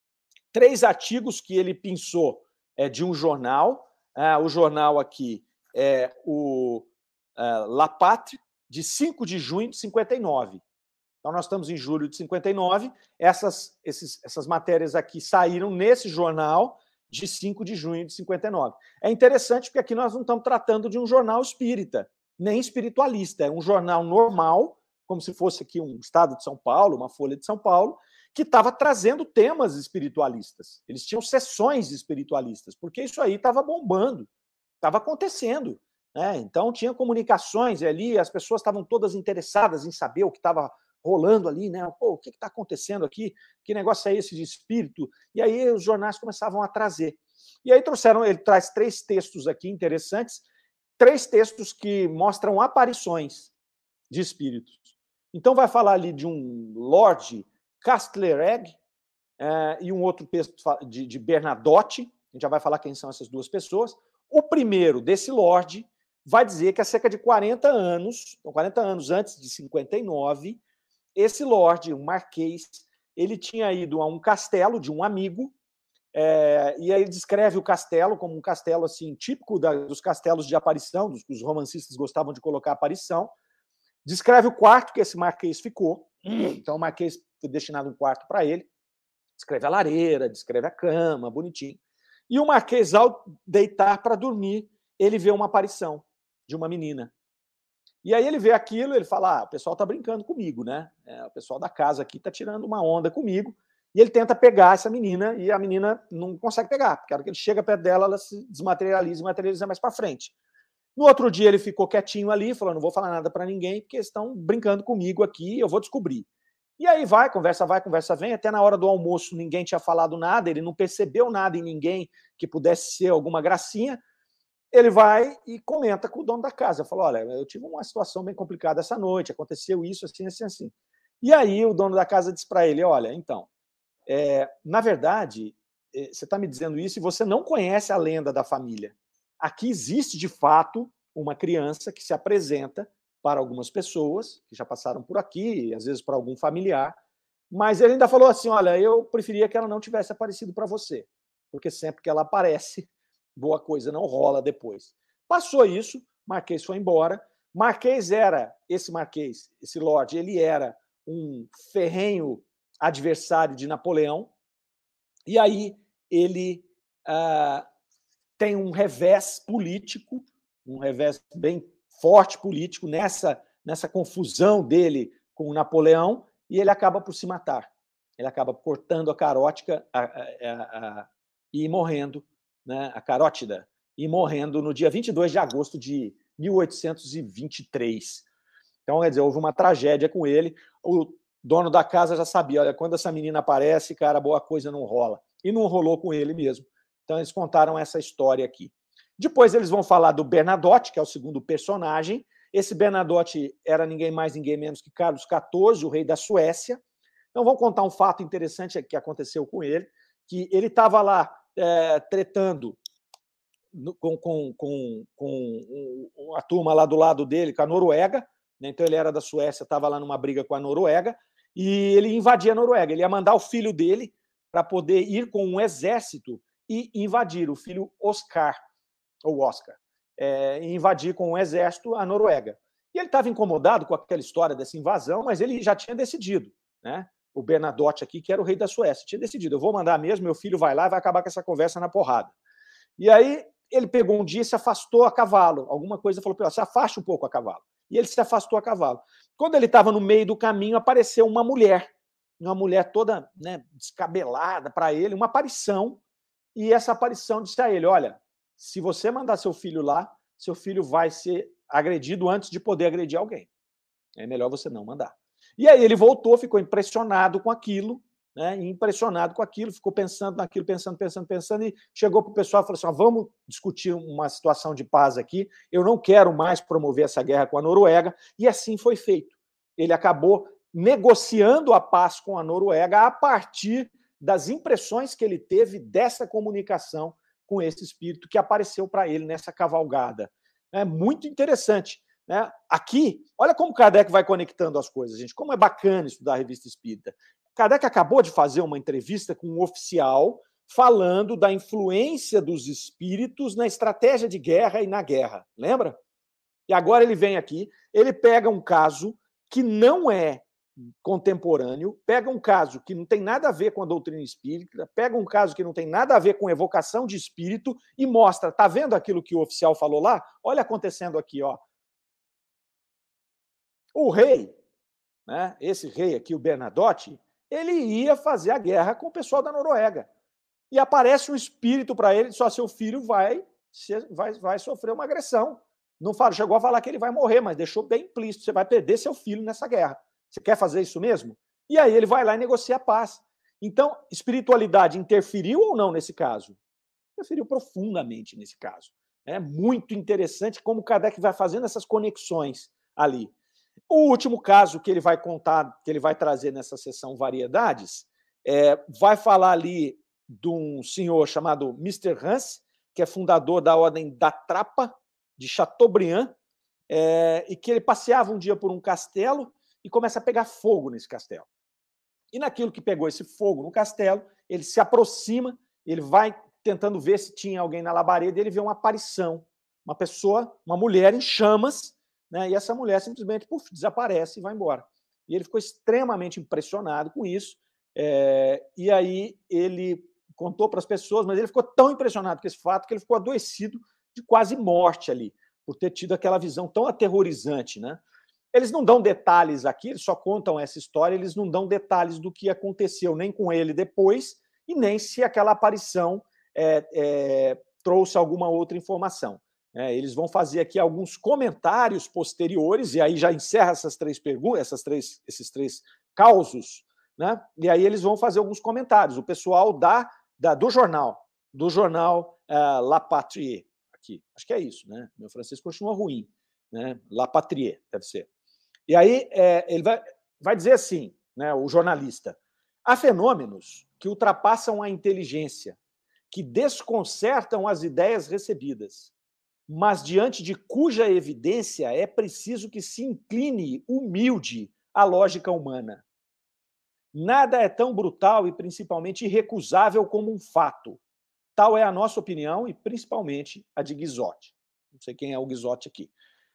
três artigos que ele pensou é, de um jornal. Ah, o jornal aqui é o uh, La Pátria, de cinco de junho de cinquenta e nove. Então, nós estamos em julho de cinquenta e nove. Essas, esses, essas matérias aqui saíram nesse jornal de cinco de junho de cinquenta e nove. É interessante porque aqui nós não estamos tratando de um jornal espírita, nem espiritualista. É um jornal normal, como se fosse aqui um Estado de São Paulo, uma Folha de São Paulo, que estava trazendo temas espiritualistas. Eles tinham sessões espiritualistas, porque isso aí estava bombando, estava acontecendo. Né? Então, tinha comunicações ali, as pessoas estavam todas interessadas em saber o que estava rolando ali, né? Pô, o que está acontecendo aqui? Que negócio é esse de espírito? E aí os jornais começavam a trazer. E aí trouxeram, ele traz três textos aqui interessantes, três textos que mostram aparições de espíritos. Então, vai falar ali de um Lord Castlereagh eh, e um outro texto de, de Bernadotte. A gente já vai falar quem são essas duas pessoas. O primeiro desse Lorde vai dizer que há cerca de quarenta anos, então quarenta anos antes de cinquenta e nove, esse Lorde, um marquês, ele tinha ido a um castelo de um amigo, é, e aí ele descreve o castelo como um castelo assim típico da, dos castelos de aparição, dos que os romancistas gostavam de colocar aparição. Descreve o quarto que esse marquês ficou, então o marquês foi destinado um quarto para ele, descreve a lareira, descreve a cama, bonitinho. E o marquês, ao deitar para dormir, ele vê uma aparição de uma menina. E aí ele vê aquilo, ele fala, ah, o pessoal está brincando comigo, né? É, o pessoal da casa aqui está tirando uma onda comigo. E ele tenta pegar essa menina e a menina não consegue pegar, porque a hora que ele chega perto dela, ela se desmaterializa e materializa mais para frente. No outro dia ele ficou quietinho ali, falou, não vou falar nada para ninguém, porque eles estão brincando comigo aqui, eu vou descobrir. E aí vai, conversa vai, conversa vem, até na hora do almoço ninguém tinha falado nada, ele não percebeu nada em ninguém que pudesse ser alguma gracinha. Ele vai e comenta com o dono da casa. Falou, olha, eu tive uma situação bem complicada essa noite, aconteceu isso, assim, assim, assim. E aí o dono da casa diz para ele, olha, então, é, na verdade, é, você está me dizendo isso e você não conhece a lenda da família. Aqui existe, de fato, uma criança que se apresenta para algumas pessoas, que já passaram por aqui, às vezes para algum familiar, mas ele ainda falou assim, olha, eu preferia que ela não tivesse aparecido para você, porque sempre que ela aparece, boa coisa não rola depois. Passou isso, Marquês foi embora. Marquês era, esse Marquês, esse Lorde, ele era um ferrenho adversário de Napoleão, e aí ele ah, tem um revés político, um revés bem forte político nessa, nessa confusão dele com o Napoleão, e ele acaba por se matar. Ele acaba cortando a carótica a, a, a, a, e morrendo, né, a carótida, e morrendo no dia vinte e dois de agosto de mil oitocentos e vinte e três. Então, quer dizer, houve uma tragédia com ele. O dono da casa já sabia, olha, quando essa menina aparece, cara, boa coisa não rola. e não rolou com ele mesmo. Então, eles contaram essa história aqui. Depois, eles vão falar do Bernadotte, que é o segundo personagem. Esse Bernadotte era ninguém mais, ninguém menos que Carlos quatorze, o rei da Suécia. Então, vão contar um fato interessante que aconteceu com ele, que ele estava lá é, tretando com, com, com, com a turma lá do lado dele, com a Noruega, né? Então ele era da Suécia, estava lá numa briga com a Noruega, e ele invadia a Noruega. Ele ia mandar o filho dele para poder ir com um exército e invadir, o filho Oscar, ou Oscar, é, invadir com um exército a Noruega. E ele estava incomodado com aquela história dessa invasão, mas ele já tinha decidido, né? O Bernadotte aqui, que era o rei da Suécia, tinha decidido, eu vou mandar mesmo, meu filho vai lá e vai acabar com essa conversa na porrada. E aí ele pegou um dia e se afastou a cavalo, alguma coisa falou para ele, se afaste um pouco a cavalo. E ele se afastou a cavalo. Quando ele estava no meio do caminho, apareceu uma mulher, uma mulher toda, né, descabelada para ele, uma aparição, e essa aparição disse a ele, olha, se você mandar seu filho lá, seu filho vai ser agredido antes de poder agredir alguém. É melhor você não mandar. E aí ele voltou, ficou impressionado com aquilo, né? Impressionado com aquilo, ficou pensando naquilo, pensando, pensando, pensando, e chegou para o pessoal e falou assim, ó, vamos discutir uma situação de paz aqui, eu não quero mais promover essa guerra com a Noruega, e assim foi feito. Ele acabou negociando a paz com a Noruega a partir das impressões que ele teve dessa comunicação com esse espírito que apareceu para ele nessa cavalgada. É muito interessante. Né? Aqui, olha como Kardec vai conectando as coisas, gente. Como é bacana estudar a Revista Espírita. Kardec acabou de fazer uma entrevista com um oficial falando da influência dos espíritos na estratégia de guerra e na guerra. Lembra? E agora ele vem aqui, ele pega um caso que não é contemporâneo, pega um caso que não tem nada a ver com a doutrina espírita, pega um caso que não tem nada a ver com evocação de espírito e mostra, tá vendo aquilo que o oficial falou lá? Olha acontecendo aqui, ó. O rei, né, esse rei aqui, o Bernadotte, ele ia fazer a guerra com o pessoal da Noruega. E aparece um espírito para ele, só seu filho vai, vai, vai sofrer uma agressão. Não fala, chegou a falar que ele vai morrer, mas deixou bem implícito, você vai perder seu filho nessa guerra. Você quer fazer isso mesmo? E aí ele vai lá e negocia a paz. Então, espiritualidade interferiu ou não nesse caso? Interferiu profundamente nesse caso. É muito interessante como Kardec vai fazendo essas conexões ali. O último caso que ele vai contar, que ele vai trazer nessa sessão Variedades, é, vai falar ali de um senhor chamado mister Hans, que é fundador da Ordem da Trapa, de Chateaubriand, é, e que ele passeava um dia por um castelo e começa a pegar fogo nesse castelo. E naquilo que pegou esse fogo no castelo, ele se aproxima, ele vai tentando ver se tinha alguém na labareda, e ele vê uma aparição, uma pessoa, uma mulher em chamas, né? E essa mulher simplesmente puf, desaparece e vai embora. E ele ficou extremamente impressionado com isso, é, e aí ele contou para as pessoas, mas ele ficou tão impressionado com esse fato que ele ficou adoecido de quase morte ali, por ter tido aquela visão tão aterrorizante, né? Eles não dão detalhes aqui, eles só contam essa história, eles não dão detalhes do que aconteceu, nem com ele depois, e nem se aquela aparição é, é, trouxe alguma outra informação. É, eles vão fazer aqui alguns comentários posteriores, e aí já encerra essas três perguntas, essas três, esses três causos, né? E aí eles vão fazer alguns comentários. O pessoal da, da, do jornal, do jornal uh, La Patrie, aqui, acho que é isso, né? Meu francês continua ruim, né? La Patrie, deve ser. E aí é, ele vai, vai dizer assim, né, o jornalista, há fenômenos que ultrapassam a inteligência, que desconcertam as ideias recebidas, mas diante de cuja evidência é preciso que se incline humilde a lógica humana. Nada é tão brutal e principalmente irrecusável como um fato. Tal é a nossa opinião e principalmente a de Guizot. Não sei quem é o Guizot aqui.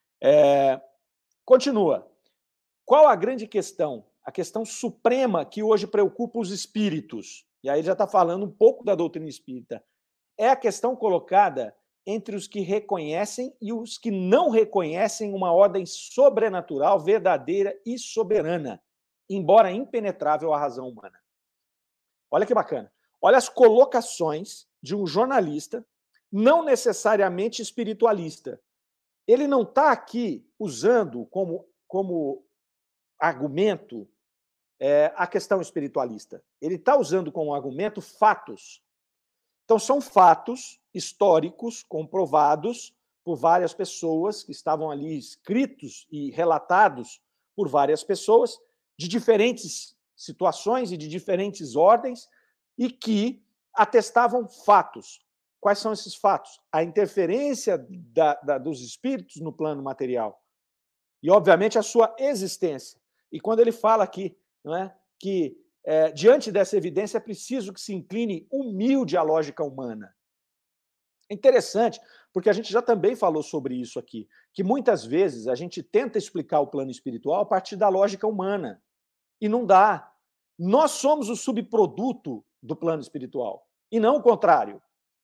É, continua. Qual a grande questão? A questão suprema que hoje preocupa os espíritos. E aí ele já está falando um pouco da doutrina espírita. É a questão colocada entre os que reconhecem e os que não reconhecem uma ordem sobrenatural, verdadeira e soberana, embora impenetrável à razão humana. Olha que bacana. Olha as colocações de um jornalista, não necessariamente espiritualista. Ele não está aqui usando como, como argumento é, a questão espiritualista. Ele está usando como argumento fatos. Então, são fatos históricos, comprovados por várias pessoas, que estavam ali escritos e relatados por várias pessoas, de diferentes situações e de diferentes ordens, e que atestavam fatos. Quais são esses fatos? A interferência da, da, dos espíritos no plano material e, obviamente, a sua existência. E quando ele fala aqui, não é, que é, diante dessa evidência é preciso que se incline humilde à lógica humana. É interessante, porque a gente já também falou sobre isso aqui, que muitas vezes a gente tenta explicar o plano espiritual a partir da lógica humana, e não dá. Nós somos o subproduto do plano espiritual, e não o contrário.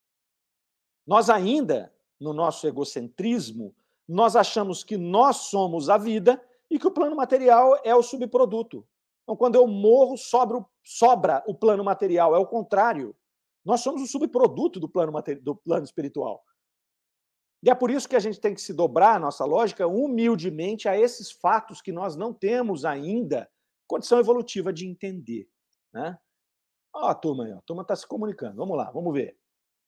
Nós ainda, no nosso egocentrismo, nós achamos que nós somos a vida e que o plano material é o subproduto. Então, quando eu morro, sobra, sobra o plano material, é o contrário. Nós somos o subproduto do plano, do plano espiritual. E é por isso que a gente tem que se dobrar a nossa lógica humildemente a esses fatos que nós não temos ainda condição evolutiva de entender. Né? Ó, a turma aí, ó, a turma está se comunicando. Vamos lá, vamos ver.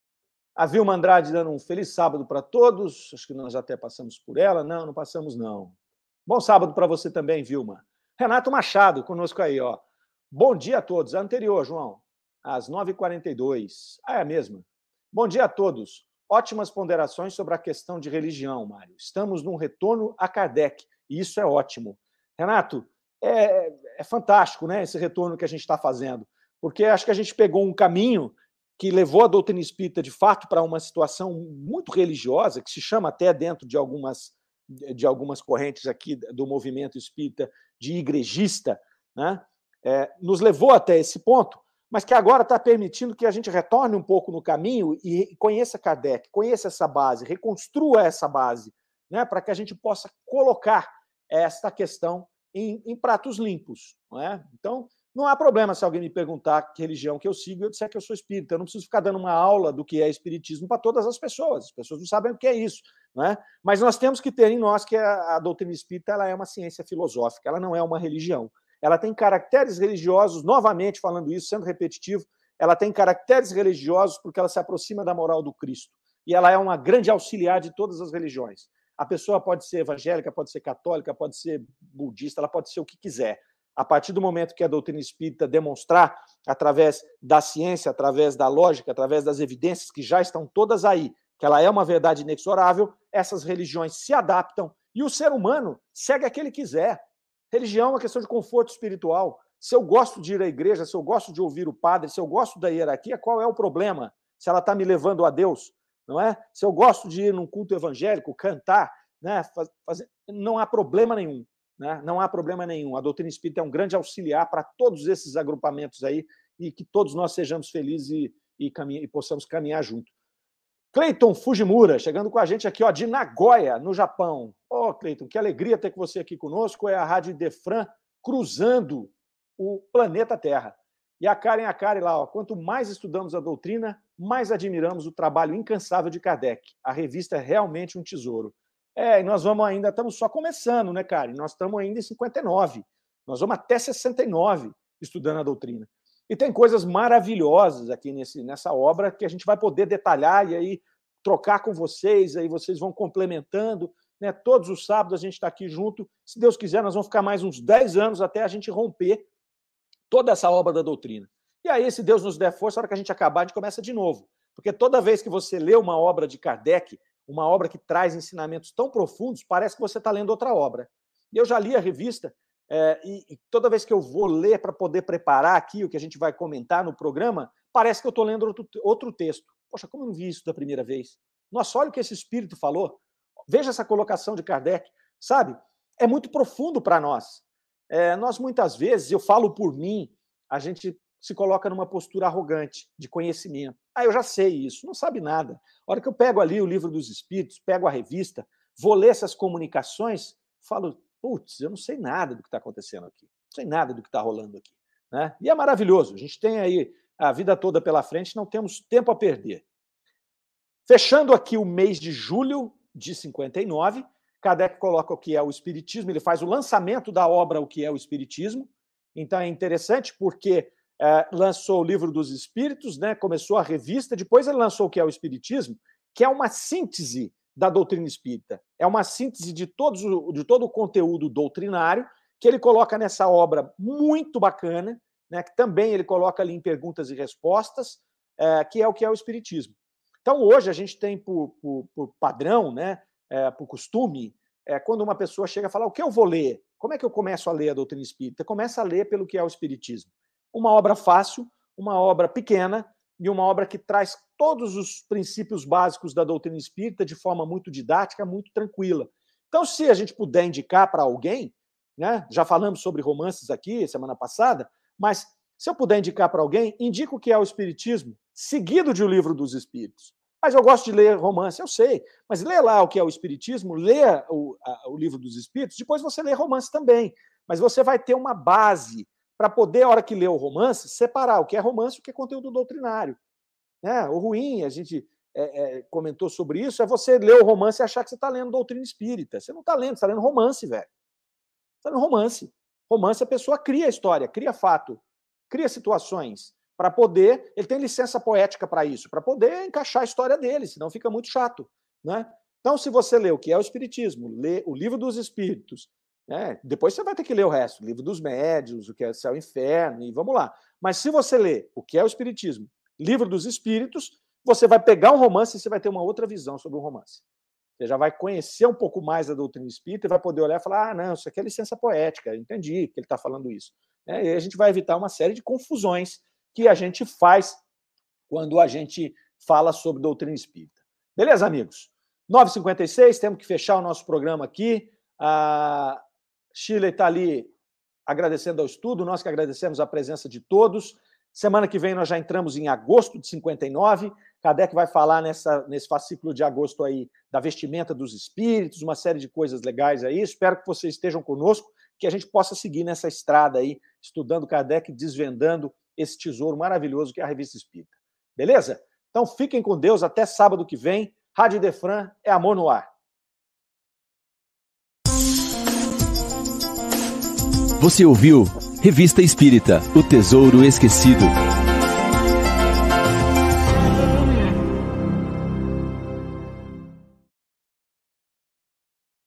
A Vilma Andrade dando um feliz sábado para todos. Acho que nós até passamos por ela. Não, não passamos, não. Bom sábado para você também, Vilma. Renato Machado conosco aí, ó. Bom dia a todos. A anterior, João. Às nove e quarenta e dois. Ah, é a mesma. Bom dia a todos. Ótimas ponderações sobre a questão de religião, Mário. Estamos num retorno a Kardec, e isso é ótimo. Renato, é, é fantástico, né, esse retorno que a gente está fazendo, porque acho que a gente pegou um caminho que levou a doutrina espírita, de fato, para uma situação muito religiosa, que se chama até dentro de algumas, de algumas correntes aqui do movimento espírita de igrejista, né? É, nos levou até esse ponto, mas que agora está permitindo que a gente retorne um pouco no caminho e conheça Kardec, conheça essa base, reconstrua essa base, né, para que a gente possa colocar esta questão em, em pratos limpos. Não é? Então, não há problema se alguém me perguntar que religião que eu sigo e eu disser que eu sou espírita. Eu não preciso ficar dando uma aula do que é espiritismo para todas as pessoas. As pessoas não sabem o que é isso. Não é? Mas nós temos que ter em nós que a, a doutrina espírita ela é uma ciência filosófica, ela não é uma religião. Ela tem caracteres religiosos, novamente falando isso, sendo repetitivo, ela tem caracteres religiosos porque ela se aproxima da moral do Cristo. E ela é uma grande auxiliar de todas as religiões. A pessoa pode ser evangélica, pode ser católica, pode ser budista, ela pode ser o que quiser. A partir do momento que a doutrina espírita demonstrar, através da ciência, através da lógica, através das evidências que já estão todas aí, que ela é uma verdade inexorável, essas religiões se adaptam e o ser humano segue a que ele quiser. Religião é uma questão de conforto espiritual. Se eu gosto de ir à igreja, se eu gosto de ouvir o padre, se eu gosto da hierarquia, qual é o problema? Se ela está me levando a Deus, não é? Se eu gosto de ir num culto evangélico, cantar, né, fazer, não há problema nenhum. Né? Não há problema nenhum. A doutrina espírita é um grande auxiliar para todos esses agrupamentos aí e que todos nós sejamos felizes e, e, caminha, e possamos caminhar junto. Cleiton Fujimura, chegando com a gente aqui, ó, de Nagoya, no Japão. Ô, oh, Cleiton, que alegria ter você aqui conosco. É a Rádio Idefran cruzando o planeta Terra. E a Karen, a Karen lá, ó, quanto mais estudamos a doutrina, mais admiramos o trabalho incansável de Kardec. A revista é realmente um tesouro. É, e nós vamos ainda, estamos só começando, né, Karen? Nós estamos ainda em cinquenta e nove. Nós vamos até sessenta e nove estudando a doutrina. E tem coisas maravilhosas aqui nesse, nessa obra que a gente vai poder detalhar e aí trocar com vocês, aí vocês vão complementando, né? Todos os sábados a gente está aqui junto. Se Deus quiser, nós vamos ficar mais uns dez anos até a gente romper toda essa obra da doutrina. E aí, se Deus nos der força, na hora que a gente acabar, a gente começa de novo. Porque toda vez que você lê uma obra de Kardec, uma obra que traz ensinamentos tão profundos, parece que você está lendo outra obra. E eu já li a revista, é, e, e toda vez que eu vou ler para poder preparar aqui o que a gente vai comentar no programa, parece que eu estou lendo outro, outro texto. Poxa, como eu não vi isso da primeira vez? Nossa, olha o que esse espírito falou. Veja essa colocação de Kardec. Sabe? É muito profundo para nós. É, nós, muitas vezes, eu falo por mim, a gente se coloca numa postura arrogante, de conhecimento. Ah, eu já sei isso, não sabe nada. A hora que eu pego ali o livro dos Espíritos, pego a revista, vou ler essas comunicações, falo, putz, eu não sei nada do que está acontecendo aqui, não sei nada do que está rolando aqui. Né? E é maravilhoso, a gente tem aí a vida toda pela frente, não temos tempo a perder. Fechando aqui o mês de julho de cinquenta e nove, Kardec coloca o que é o Espiritismo, ele faz o lançamento da obra O que é o Espiritismo, Então é interessante porque é, lançou o Livro dos Espíritos, né, começou a revista, depois ele lançou o que é o Espiritismo, que é uma síntese da doutrina espírita. É uma síntese de, todos, de todo o conteúdo doutrinário que ele coloca nessa obra muito bacana, né, que também ele coloca ali em Perguntas e Respostas, é, que é o que é o Espiritismo. Então, hoje, a gente tem por, por, por padrão, né, é, por costume, é, quando uma pessoa chega a falar o que eu vou ler, como é que eu começo a ler a doutrina espírita? Começa a ler pelo que é o Espiritismo. Uma obra fácil, uma obra pequena e uma obra que traz todos os princípios básicos da doutrina espírita de forma muito didática, muito tranquila. Então, se a gente puder indicar para alguém, né, já falamos sobre romances aqui semana passada, mas se eu puder indicar para alguém, indico o que é o Espiritismo, seguido de O Livro dos Espíritos. Mas eu gosto de ler romance, eu sei, mas lê lá o que é o Espiritismo, lê o, a, o Livro dos Espíritos, depois você lê romance também. Mas você vai ter uma base para poder, a hora que lê o romance, separar o que é romance e o que é conteúdo doutrinário. Né? O ruim, a gente é, é, comentou sobre isso, é você ler o romance e achar que você está lendo doutrina espírita. Você não está lendo, você está lendo romance, velho. Você está lendo romance. Romance, a pessoa cria a história, cria fato, cria situações para poder... Ele tem licença poética para isso, para poder encaixar a história dele, senão fica muito chato. Né? Então, se você lê o que é o Espiritismo, lê o Livro dos Espíritos, né? Depois você vai ter que ler o resto, o Livro dos Médiuns, o que é Céu e Inferno, e vamos lá. Mas se você lê o que é o Espiritismo, Livro dos Espíritos, você vai pegar um romance e você vai ter uma outra visão sobre o romance. Você já vai conhecer um pouco mais da doutrina espírita e vai poder olhar e falar, ah, não, isso aqui é licença poética, entendi que ele está falando isso. E aí a gente vai evitar uma série de confusões que a gente faz quando a gente fala sobre doutrina espírita. Beleza, amigos? nove e cinquenta e seis, temos que fechar o nosso programa aqui. A Shirley está ali agradecendo ao estudo, nós que agradecemos a presença de todos. Semana que vem nós já entramos em agosto de cinquenta e nove. Kardec vai falar nessa, nesse fascículo de agosto aí da vestimenta dos espíritos, uma série de coisas legais aí. Espero que vocês estejam conosco, que a gente possa seguir nessa estrada aí, estudando Kardec, desvendando esse tesouro maravilhoso que é a Revista Espírita. Beleza? Então fiquem com Deus, até sábado que vem. Rádio Idefran é amor no ar. Você ouviu Revista Espírita, O Tesouro Esquecido.